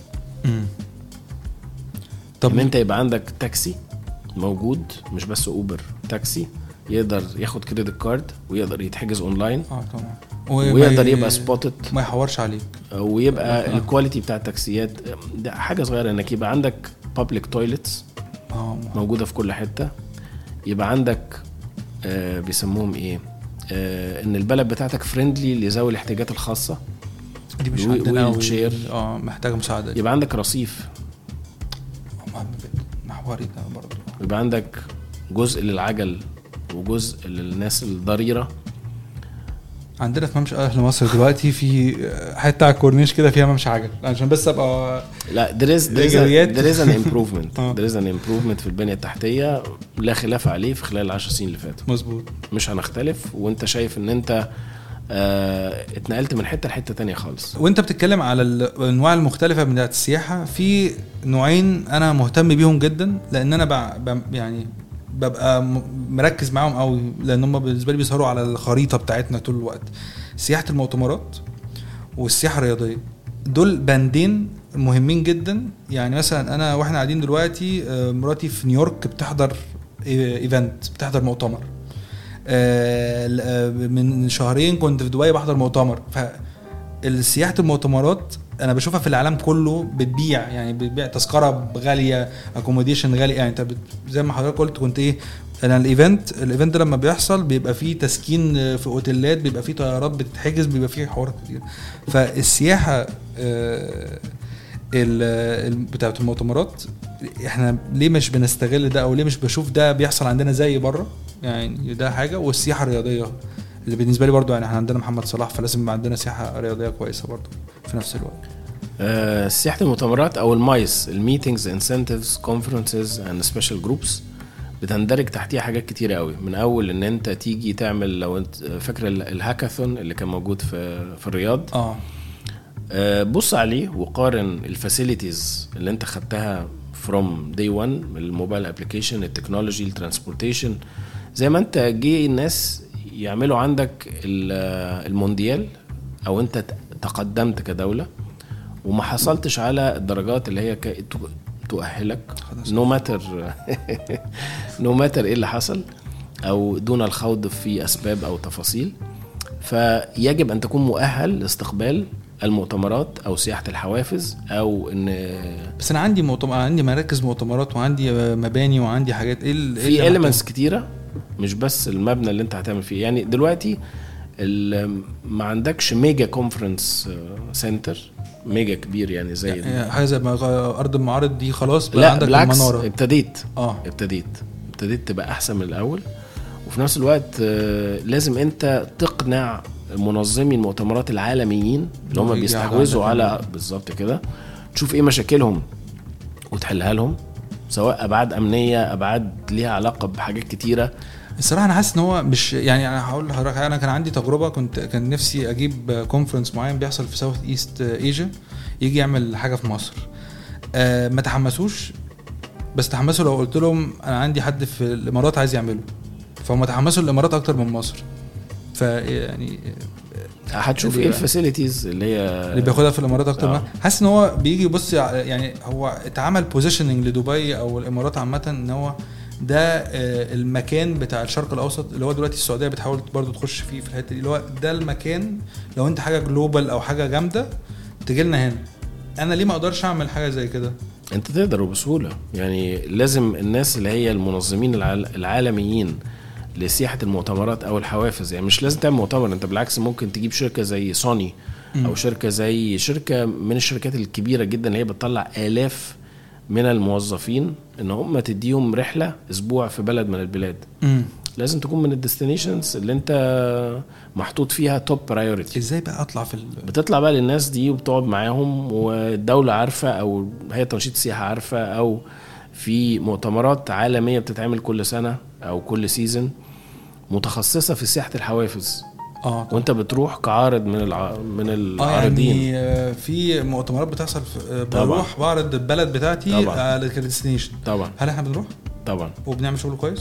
طب ان انت يبقى عندك تاكسي موجود، مش بس اوبر، تاكسي يقدر ياخد كريدت كارد ويقدر يتحجز اونلاين، اه طبعا، ويقدر يبقى سبوتد، ما يحورش عليك، ويبقى آه. الكواليتي بتاع التاكسيات ده حاجه صغيره، انك يبقى عندك بابليك تويلتس آه. موجوده في كل حته، يبقى عندك آه بيسموهم ايه آه ان البلد بتاعتك فريندلي لذوي الاحتياجات الخاصه، دي مش عندنا ويل اه محتاجه مساعده. يبقى عندك رصيف مهم جدا محوري ده برضه. يبقى عندك جزء للعجل وجزء للناس الضريره. عندنا في ممشى اهل مصر دلوقتي في حته على الكورنيش كده فيها ممشى عجل، عشان بس ابقى لا there is there is an improvement there is an improvement في البنيه التحتيه لا خلاف عليه في خلال العشر سنين اللي فاتوا. مظبوط، مش هنختلف. وانت شايف ان انت اه اتنقلت من حته لحته تانية خالص. وانت بتتكلم على الانواع المختلفه من السياحه، في نوعين انا مهتم بيهم جدا، لان انا ب... يعني ببقى مركز معاهم قوي، لان هم بالنسبه لي بيظهروا على الخريطه بتاعتنا طول الوقت. سياحه المؤتمرات والسياحه الرياضيه، دول بندين مهمين جدا. يعني مثلا انا واحنا قاعدين دلوقتي مراتي في نيويورك بتحضر ايفنت، بتحضر مؤتمر. من شهرين كنت في دبي بحضر مؤتمر. فالسياحه المؤتمرات انا بشوفها في العالم كله بتبيع، يعني بتبيع تذكره غاليه، اكوموديشن غالي. يعني انت زي ما حضرتك قلت كنت ايه، انا الايفنت الايفنت لما بيحصل بيبقى فيه تسكين في اوتيلات، بيبقى فيه طيارات بتتحجز، بيبقى فيه حوارات كتير. فالسياحه بتاعه المؤتمرات احنا ليه مش بنستغل ده، او ليه مش بشوف ده بيحصل عندنا زي بره؟ يعني ده حاجه. والسياحه الرياضيه اللي بالنسبه لي برضو، يعني احنا عندنا محمد صلاح، فلازم يبقى عندنا سياحه رياضيه كويسه برضو في نفس الوقت. أه سياحه المؤتمرات او المايس، الميتينجز انسنتيفز كونفرنسز اند سبيشال جروبس، بتندرج تحتيها حاجات كتيره قوي. من اول ان انت تيجي تعمل، لو انت فاكر الهاكاثون اللي كان موجود في في الرياض، اه أه بص عليه وقارن الفاسيليتيز اللي انت خدتها from day one، الموبايل ابليكيشن، التكنولوجي، الترانسبورتيشن. زي ما انت جي الناس يعملوا عندك المونديال، او انت تقدمت كدولة وما حصلتش على الدرجات اللي هي تؤهلك نو ماتر نو ماتر ايه اللي حصل، او دون الخوض في اسباب او تفاصيل. فيجب ان تكون مؤهل لاستقبال المؤتمرات او سياحه الحوافز، او ان بس انا عندي مؤتمر، عندي مراكز مؤتمرات وعندي مباني وعندي حاجات ايه في إليمنتس كتيره، مش بس المبنى اللي انت هتعمل فيه. يعني دلوقتي ما عندكش ميجا كونفرنس سنتر ميجا كبير، يعني زي يعني حاجه زي ارض المعارض دي خلاص بقى عندك المناره. ابتديت اه ابتديت ابتديت تبقى احسن من الاول. وفي نفس الوقت لازم انت تقنع منظمي المؤتمرات العالميين اللي هم بيستحوذوا على بالظبط كده، تشوف ايه مشاكلهم وتحلها لهم، سواء ابعاد امنيه، ابعاد ليها علاقه بحاجات كتيره، الصراحه انا حاسس ان هو مش يعني انا هقول لحضرتك انا كان عندي تجربه كنت كان نفسي اجيب كونفرنس معين بيحصل في ساوث ايست ايجيا يجي يعمل حاجه في مصر. أه ما تحمسوش بس تحمسوا لو قلت لهم انا عندي حد في الامارات عايز يعمله فهم تحمسوا الامارات اكتر من مصر. فيعني هتشوف ايه الفاسيلتيز اللي هي اللي بياخدها في الامارات اكتر. آه. حاسس ان هو بيجي يبص يعني هو اتعمل بوزيشننج لدبي او الامارات عامه ان هو ده المكان بتاع الشرق الاوسط اللي هو دلوقتي السعوديه بتحاول برضو تخش فيه في الحته دي اللي هو ده المكان لو انت حاجه جلوبال او حاجه جامده تجي لنا هنا. انا ليه ما اقدرش اعمل حاجه زي كده؟ انت تقدر بسهوله يعني. لازم الناس اللي هي المنظمين العالميين لسياحه المؤتمرات او الحوافز يعني مش لازم تعمل مؤتمر. انت بالعكس ممكن تجيب شركه زي سوني او م. شركه زي شركه من الشركات الكبيره جدا اللي هي بتطلع آلاف من الموظفين ان هم تديهم رحله اسبوع في بلد من البلاد. م. لازم تكون من الديستنيشنز اللي انت محطوط فيها توب برايورتي. ازاي بقى اطلع في ال... بتطلع بقى للناس دي وبتقعد معاهم والدوله عارفه او هي تنشيط السياحه عارفه او في مؤتمرات عالميه بتتعمل كل سنه او كل سيزن متخصصه في سياحه الحوافز. اه وانت بتروح كعارض من الع... من العارضين. اه يعني في مؤتمرات بتحصل في بروح بعرض البلد بتاعتي على الديستنيشن. طبعا. هل احنا بنروح؟ طبعا. وبنعمل شغل كويس؟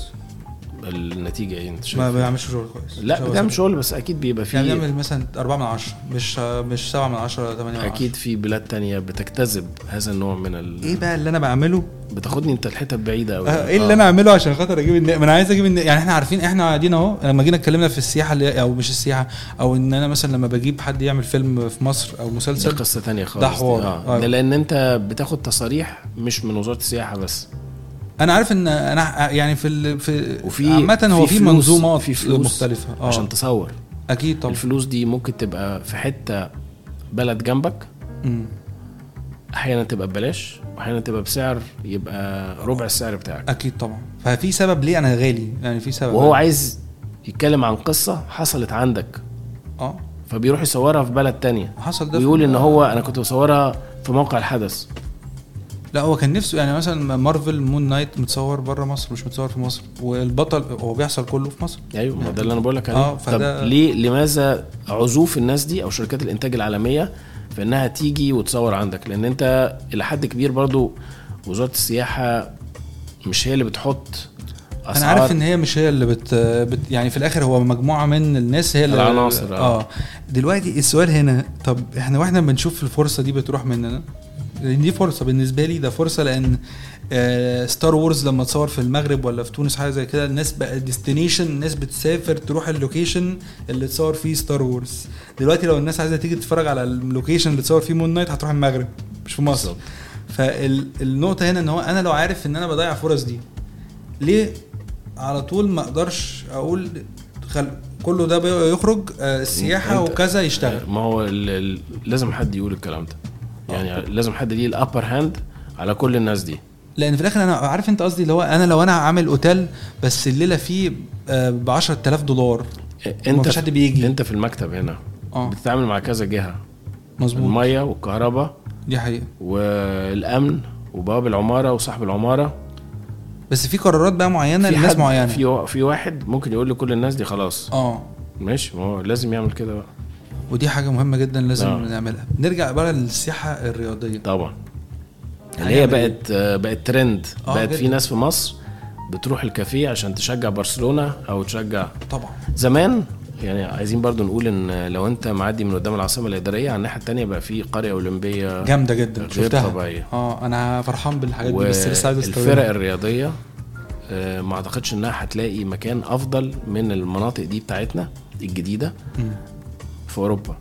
النتيجه ايه انت شايف؟ ما بنعملش شغل كويس. لا بنعمل شغل بس اكيد بيبقى فيه يعني بنعمل مثلا أربعة من عشرة مش مش سبعة من عشرة ولا ثمانية من عشرة. اكيد في بلاد تانية بتجتذب هذا النوع من ال... ايه بقى اللي انا بعمله؟ بتاخدني انت الحته بعيده قوي. آه ايه اللي آه. انا اعمله عشان خاطر اجيب الن... ما انا عايز اجيب الن... يعني احنا عارفين احنا قاعدين اهو لما جينا اتكلمنا في السياحه اللي... او مش السياحه او ان انا مثلا لما بجيب حد يعمل فيلم في مصر او مسلسل ده قصه تانية خالص. ده حوار آه. ده لان انت بتاخد تصاريح مش من وزاره السياحه بس. انا عارف ان انا يعني في ال... في عامه هو في منظومات في فلوس مختلفه آه. عشان تصور. اكيد طبعا. الفلوس دي ممكن تبقى في حته بلد جنبك م. احيانا تبقى ببلاش واحيانا تبقى بسعر يبقى ربع السعر بتاعك. اكيد طبعا. ففي سبب ليه انا غالي يعني في سبب وهو عايز يتكلم عن قصه حصلت عندك اه فبيروح يصورها في بلد تانية حصل ده ويقول ان هو انا كنت بصورها في موقع الحدث. لا هو كان نفسه يعني مثلا مارفل مون نايت متصور بره مصر مش متصور في مصر والبطل هو بيحصل كله في مصر. ايوه ما ده اللي انا بقول لك عليه. آه طب ليه لماذا عزوف الناس دي او شركات الانتاج العالميه في انها تيجي وتصور عندك؟ لان انت الى حد كبير برضو وزاره السياحه مش هي اللي بتحط أسعار. انا عارف ان هي مش هي اللي بت, بت يعني في الاخر هو مجموعه من الناس هي اللي العناصر. اه, آه. دلوقتي السؤال هنا طب احنا واحنا بنشوف الفرصه دي بتروح مننا دي فرصه بالنسبه لي ده فرصه لان آه ستار وورز لما تصور في المغرب ولا في تونس حاجه زي كده الناس بقى ديستنيشن الناس بتسافر تروح اللوكيشن اللي تصور فيه ستار وورز. دلوقتي لو الناس عايزه تيجي تتفرج على اللوكيشن اللي تصور فيه مون نايت هتروح المغرب مش في مصر. فالنقطه هنا ان هو انا لو عارف ان انا بضيع فرص دي ليه على طول ما اقدرش اقول خل... كله ده يخرج آه السياحه وكذا يشتغل. ما هو لازم حد يقول الكلام ده يعني. أوه. لازم حد ليه الابر هاند على كل الناس دي لان في الاخر انا عارف انت قصدي اللي هو انا لو انا عامل اوتيل بس الليله فيه ب عشرة آلاف دولار انت مفيش حد بيجي. انت في المكتب هنا أوه. بتتعامل مع كذا جهه. مظبوط. الميه والكهرباء دي حقيقه والامن وبواب العماره وصاحب العماره. بس في قرارات بقى معينه للناس معينه. في في واحد ممكن يقول لكل الناس دي خلاص اه ماشي. هو لازم يعمل كده بقى ودي حاجه مهمه جدا لازم آه. نعملها. نرجع بقى للسياحه الرياضيه طبعا اللي هي بقت بقت ترند. آه بقت جداً. في ناس في مصر بتروح الكافيه عشان تشجع برشلونه او تشجع. طبعا زمان يعني عايزين برضو نقول ان لو انت معدي من قدام العاصمه الاداريه على الناحيه الثانيه بقى في قريه اولمبيه جامده جدا شفتها طبيعيه. اه انا فرحان بالحاجات دي بس لسه عايز استوعب. الفرق الرياضيه آه ما اعتقدش انها هتلاقي مكان افضل من المناطق دي بتاعتنا الجديده م. في اوروبا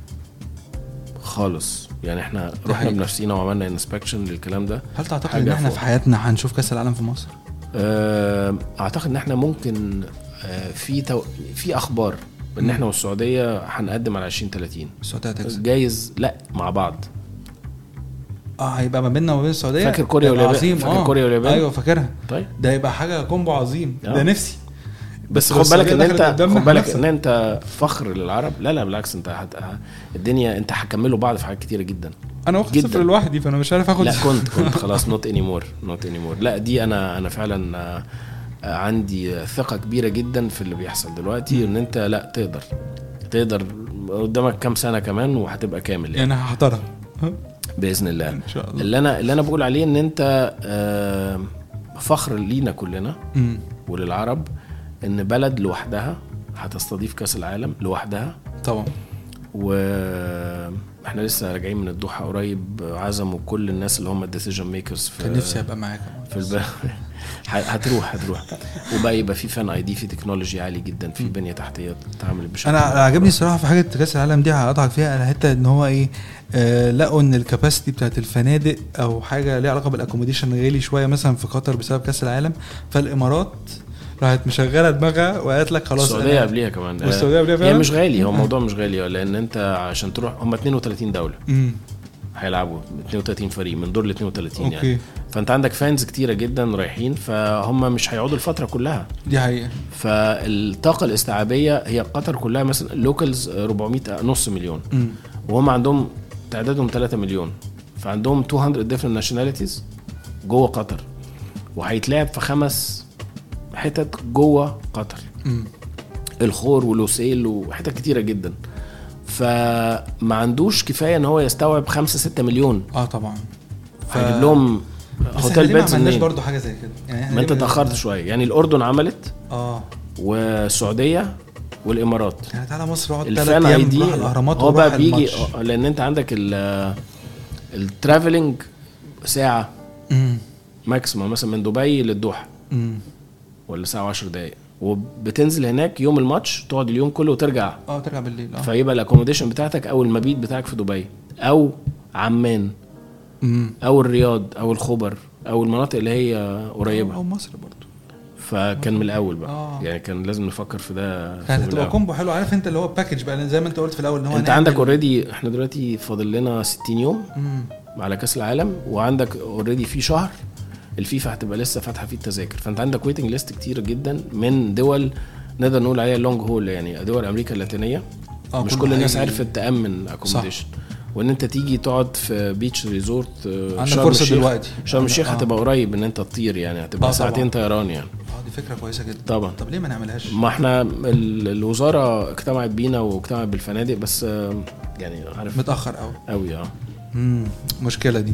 خالص يعني. احنا رحنا بنفسينا وعملنا انسبكشن للكلام ده. هل تعتقد ان احنا فوق. في حياتنا هنشوف كاس العالم في مصر؟ آه اعتقد ان احنا ممكن آه في تو... في اخبار ان احنا والسعوديه هنقدم على عشرين ثلاثين. السعوديه تكسب جايز لا مع بعض. اه هيبقى ما بيننا وما بين السعوديه. فاكر كوريا واليابان؟ فاكر آه. كوريا واليابان ايوه فاكرها. طيب ده يبقى حاجه كومبو عظيم. آه. ده نفسي بس خد بالك ان انت خد بالك ان انت فخر للعرب. لا لا بالعكس انت هت... الدنيا انت هتكملوا بعض في حاجات كتيره جدا. انا واخد صفر لوحدي فانا مش عارف اخد. لا كنت كنت خلاص نوت اني مور نوت اني مور. لا دي انا انا فعلا عندي ثقة كبيرة جدا في اللي بيحصل دلوقتي، ان انت لا تقدر تقدر قدامك كام سنة كمان وهتبقى كامل يعني هحضرها بإذن الله ان شاء الله. اللي انا اللي انا بقول عليه ان انت فخر لينا كلنا م. وللعرب ان بلد لوحدها هتستضيف كاس العالم لوحدها طبعا. واحنا لسه راجعين من الدوحة قريب، عزموا كل الناس اللي هم الديسيجن ميكرز في كان نفسي ابقى معاك في الب... هتروح هتروح وبقى يبقى في فان اي دي، في تكنولوجي عالي جدا، في بنيه تحتيه تعمل بشكل. انا عجبني الصراحه في حاجه كاس العالم دي، هقطعك فيها انا حته ان هو ايه آه لقوا ان الكاباسيتي بتاعت الفنادق او حاجه ليها علاقه بالاكوموديشن غالي شويه مثلا في قطر بسبب كاس العالم، فالامارات راحت مشغله دماغها وقالت لك خلاص. السعوديه قبليها كمان، والسعوديه قبليها فعلا هي مش غالي، هو الموضوع مش غالي لان انت عشان تروح هم اتنين وتلاتين دوله امم هيلعبوا اتنين وتلاتين فريق من دور ل اتنين وتلاتين يعني، فانت عندك فانز كتيره جدا رايحين، فهم مش هيقعدوا الفتره كلها دي حقيقه. فالطاقه الاستيعابيه هي قطر كلها مثلا لوكالز أربعمية نص مليون م. وهم عندهم تعدادهم ثلاثة مليون، فعندهم مئتين different nationalities جوه قطر، وهيتلعب في خمس حتت جوه قطر م. الخور ولوسيل وحتت كتيره جدا، فما عندوش كفايه ان هو يستوعب خمسة ستة مليون. اه طبعا ف... هيجيب لهم هوتيل بيتز منين برضو حاجه زي كده يعني، ما انت تاخرت شويه يعني. الاردن عملت اه والسعوديه والامارات يعني، تعالى مصر اقعد ثلاث ايام نروح الاهرامات هو بقى بيجي لان انت عندك الترافلينج ساعه امم ماكسيمم مثلا من دبي للدوحه امم ولا ساعه وعشر دقايق، وبتنزل هناك يوم الماتش تقعد اليوم كله وترجع اه ترجع بالليل اه فيبقى الاكوموديشن بتاعتك او المبيت بتاعك في دبي او عمان مم. او الرياض او الخبر او المناطق اللي هي قريبه او مصر برضو. فكان من الاول بقى آه. يعني كان لازم نفكر في ده، كانت هتبقى كومبو حلو. عارف انت اللي هو باكج بقى زي ما انت قلت في الاول ان هو انت عندك اوريدي احنا دلوقتي فاضل لنا ستين يوم مم. على كاس العالم، وعندك اوريدي في شهر الفيفا هتبقى لسه فاتحه فيه التذاكر، فانت عندك ويتنج ليست كتير جدا من دول نقدر نقول عليها لونج هول يعني دول امريكا اللاتينيه آه مش كل الناس عرفت تامن اكوموديشن، وان انت تيجي تقعد في بيتش ريزورت عندك فرصه دلوقتي شرم الشيخ آه. هتبقى قريب ان انت تطير يعني، هتبقى آه ساعتين طيران يعني. اه دي فكره كويسه جدا طبعا. طب ليه ما نعملهاش؟ ما احنا الوزاره اجتمعت بينا واجتمعت بالفنادق بس يعني عارف متاخر قوي قوي اه امم مشكله دي.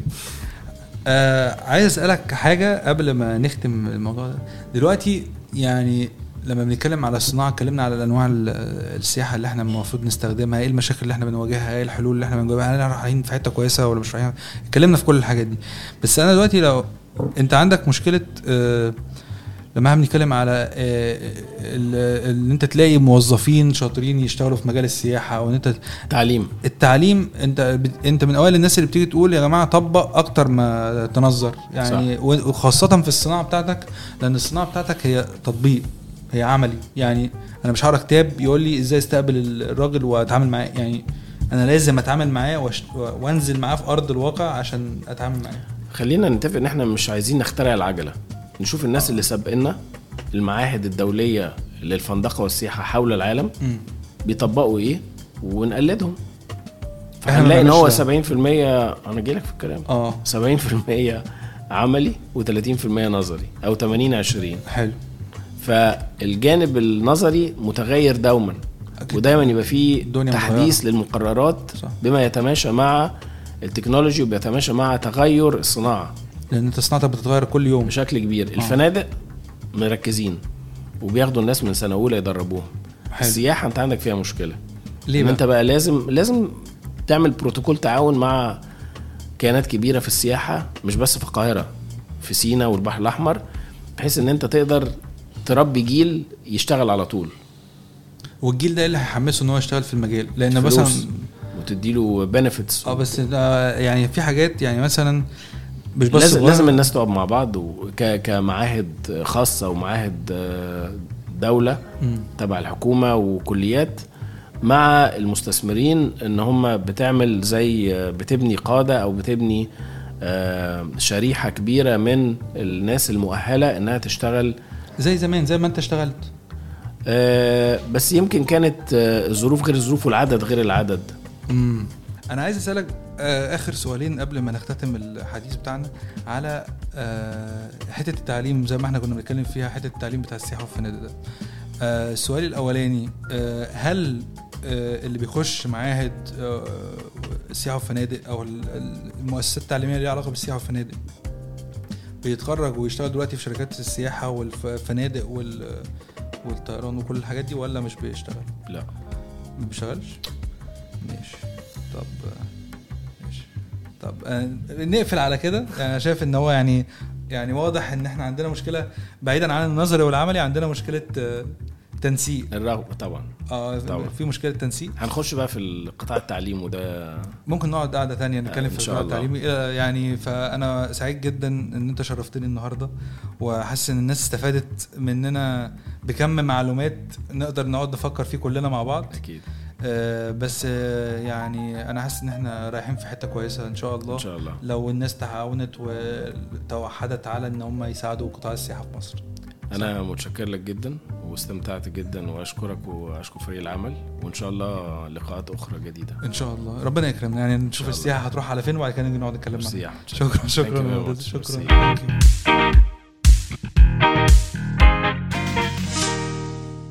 آه عايز اسالك حاجه قبل ما نختم الموضوع ده دلوقتي، يعني لما بنتكلم على الصناعه اتكلمنا على الانواع السياحه اللي احنا المفروض نستخدمها، ايه المشاكل اللي احنا بنواجهها، ايه الحلول اللي احنا بنواجهها، احنا رايحين في حته كويسه ولا مش رايحين، اتكلمنا في كل الحاجات دي. بس انا دلوقتي لو انت عندك مشكله آه لما احنا بنتكلم على ان انت تلاقي موظفين شاطرين يشتغلوا في مجال السياحه، او ان انت تعليم التعليم انت انت من اوائل الناس اللي بتيجي تقول يا جماعه طبق اكتر ما تنظر يعني صح. وخاصه في الصناعه بتاعتك، لان الصناعه بتاعتك هي تطبيق، هي عملي يعني. انا مش هقرا كتاب يقول لي ازاي استقبل الراجل واتعامل معاه، يعني انا لازم اتعامل معاه وانزل معاه في ارض الواقع عشان اتعامل معاه. خلينا نتفق ان احنا مش عايزين نخترع العجله، نشوف الناس اللي سبقنا المعاهد الدولية للفندقة والسياحة حول العالم م. بيطبقوا ايه ونقلدهم، فهنلاقي ان هو سبعين في المية انا جايلك في الكلام اه سبعين في المية عملي وثلاثين في المية نظري او ثمانين عشرين. حلو. فالجانب النظري متغير دوما أكيد. ودايما يبقى فيه تحديث مغيرة. للمقررات صح. بما يتماشى مع التكنولوجي وبيتماشى مع تغير الصناعة، لان انت صناعتك بتتغير كل يوم بشكل كبير. آه. الفنادق مركزين وبياخدوا الناس من سنه اولى يدربوهم. السياحه انت عندك فيها مشكله ليه بقى؟ انت بقى لازم لازم تعمل بروتوكول تعاون مع كيانات كبيره في السياحه، مش بس في القاهره، في سيناء والبحر الاحمر، بحيث ان انت تقدر تربي جيل يشتغل على طول. والجيل ده اللي هيحمسه ان هو يشتغل في المجال، لان مثلا وتديله بنفيتس اه بس يعني في حاجات يعني مثلا مش بس لازم, لازم الناس تقعد مع بعض وك كمعاهد خاصة ومعاهد دولة تبع الحكومة وكليات مع المستثمرين، ان هم بتعمل زي بتبني قادة او بتبني شريحة كبيرة من الناس المؤهلة انها تشتغل زي زمان زي ما انت اشتغلت. بس يمكن كانت الظروف غير الظروف والعدد غير العدد. امم انا عايز اسالك آه اخر سؤالين قبل ما نختتم الحديث بتاعنا على آه حته التعليم زي ما احنا كنا بنتكلم فيها، حته التعليم بتاع السياحه والفنادق ده. آه السؤال الاولاني آه هل آه اللي بيخش معاهد آه السياحه والفنادق او المؤسسات التعليميه اللي ليها علاقه بالسياحه والفنادق بيتخرج ويشتغل دلوقتي في شركات السياحه والفنادق والطيران وكل الحاجات دي، ولا مش بيشتغل؟ لا ما بيشتغلش. ماشي. طب ماشي. طب نقفل على كده. يعني انا شايف ان هو يعني يعني واضح ان احنا عندنا مشكله بعيدا عن النظري والعملي، عندنا مشكله تنسيق الرغبه طبعا. اه طبعا في مشكله تنسيق. هنخش بقى في القطاع التعليم وده ممكن نقعد قعده ثانيه نتكلم في القطاع التعليمي يعني. فانا سعيد جدا ان انت شرفتني النهارده، وحاسس ان الناس استفادت مننا بكم معلومات نقدر نقعد نفكر فيه كلنا مع بعض. اكيد. آه بس آه يعني انا حاسس ان احنا رايحين في حته كويسه ان شاء الله. ان شاء الله لو الناس تعاونت وتوحدت على ان هم يساعدوا قطاع السياحه في مصر. انا متشكر لك جدا واستمتعت جدا، واشكرك واشكر فريق العمل، وان شاء الله لقاءات اخرى جديده ان شاء الله. ربنا يكرمنا يعني نشوف السياحه هتروح على فين وبعد كده نيجي نقعد نتكلم معاك. شكرا شكرا شكرا, شكرا.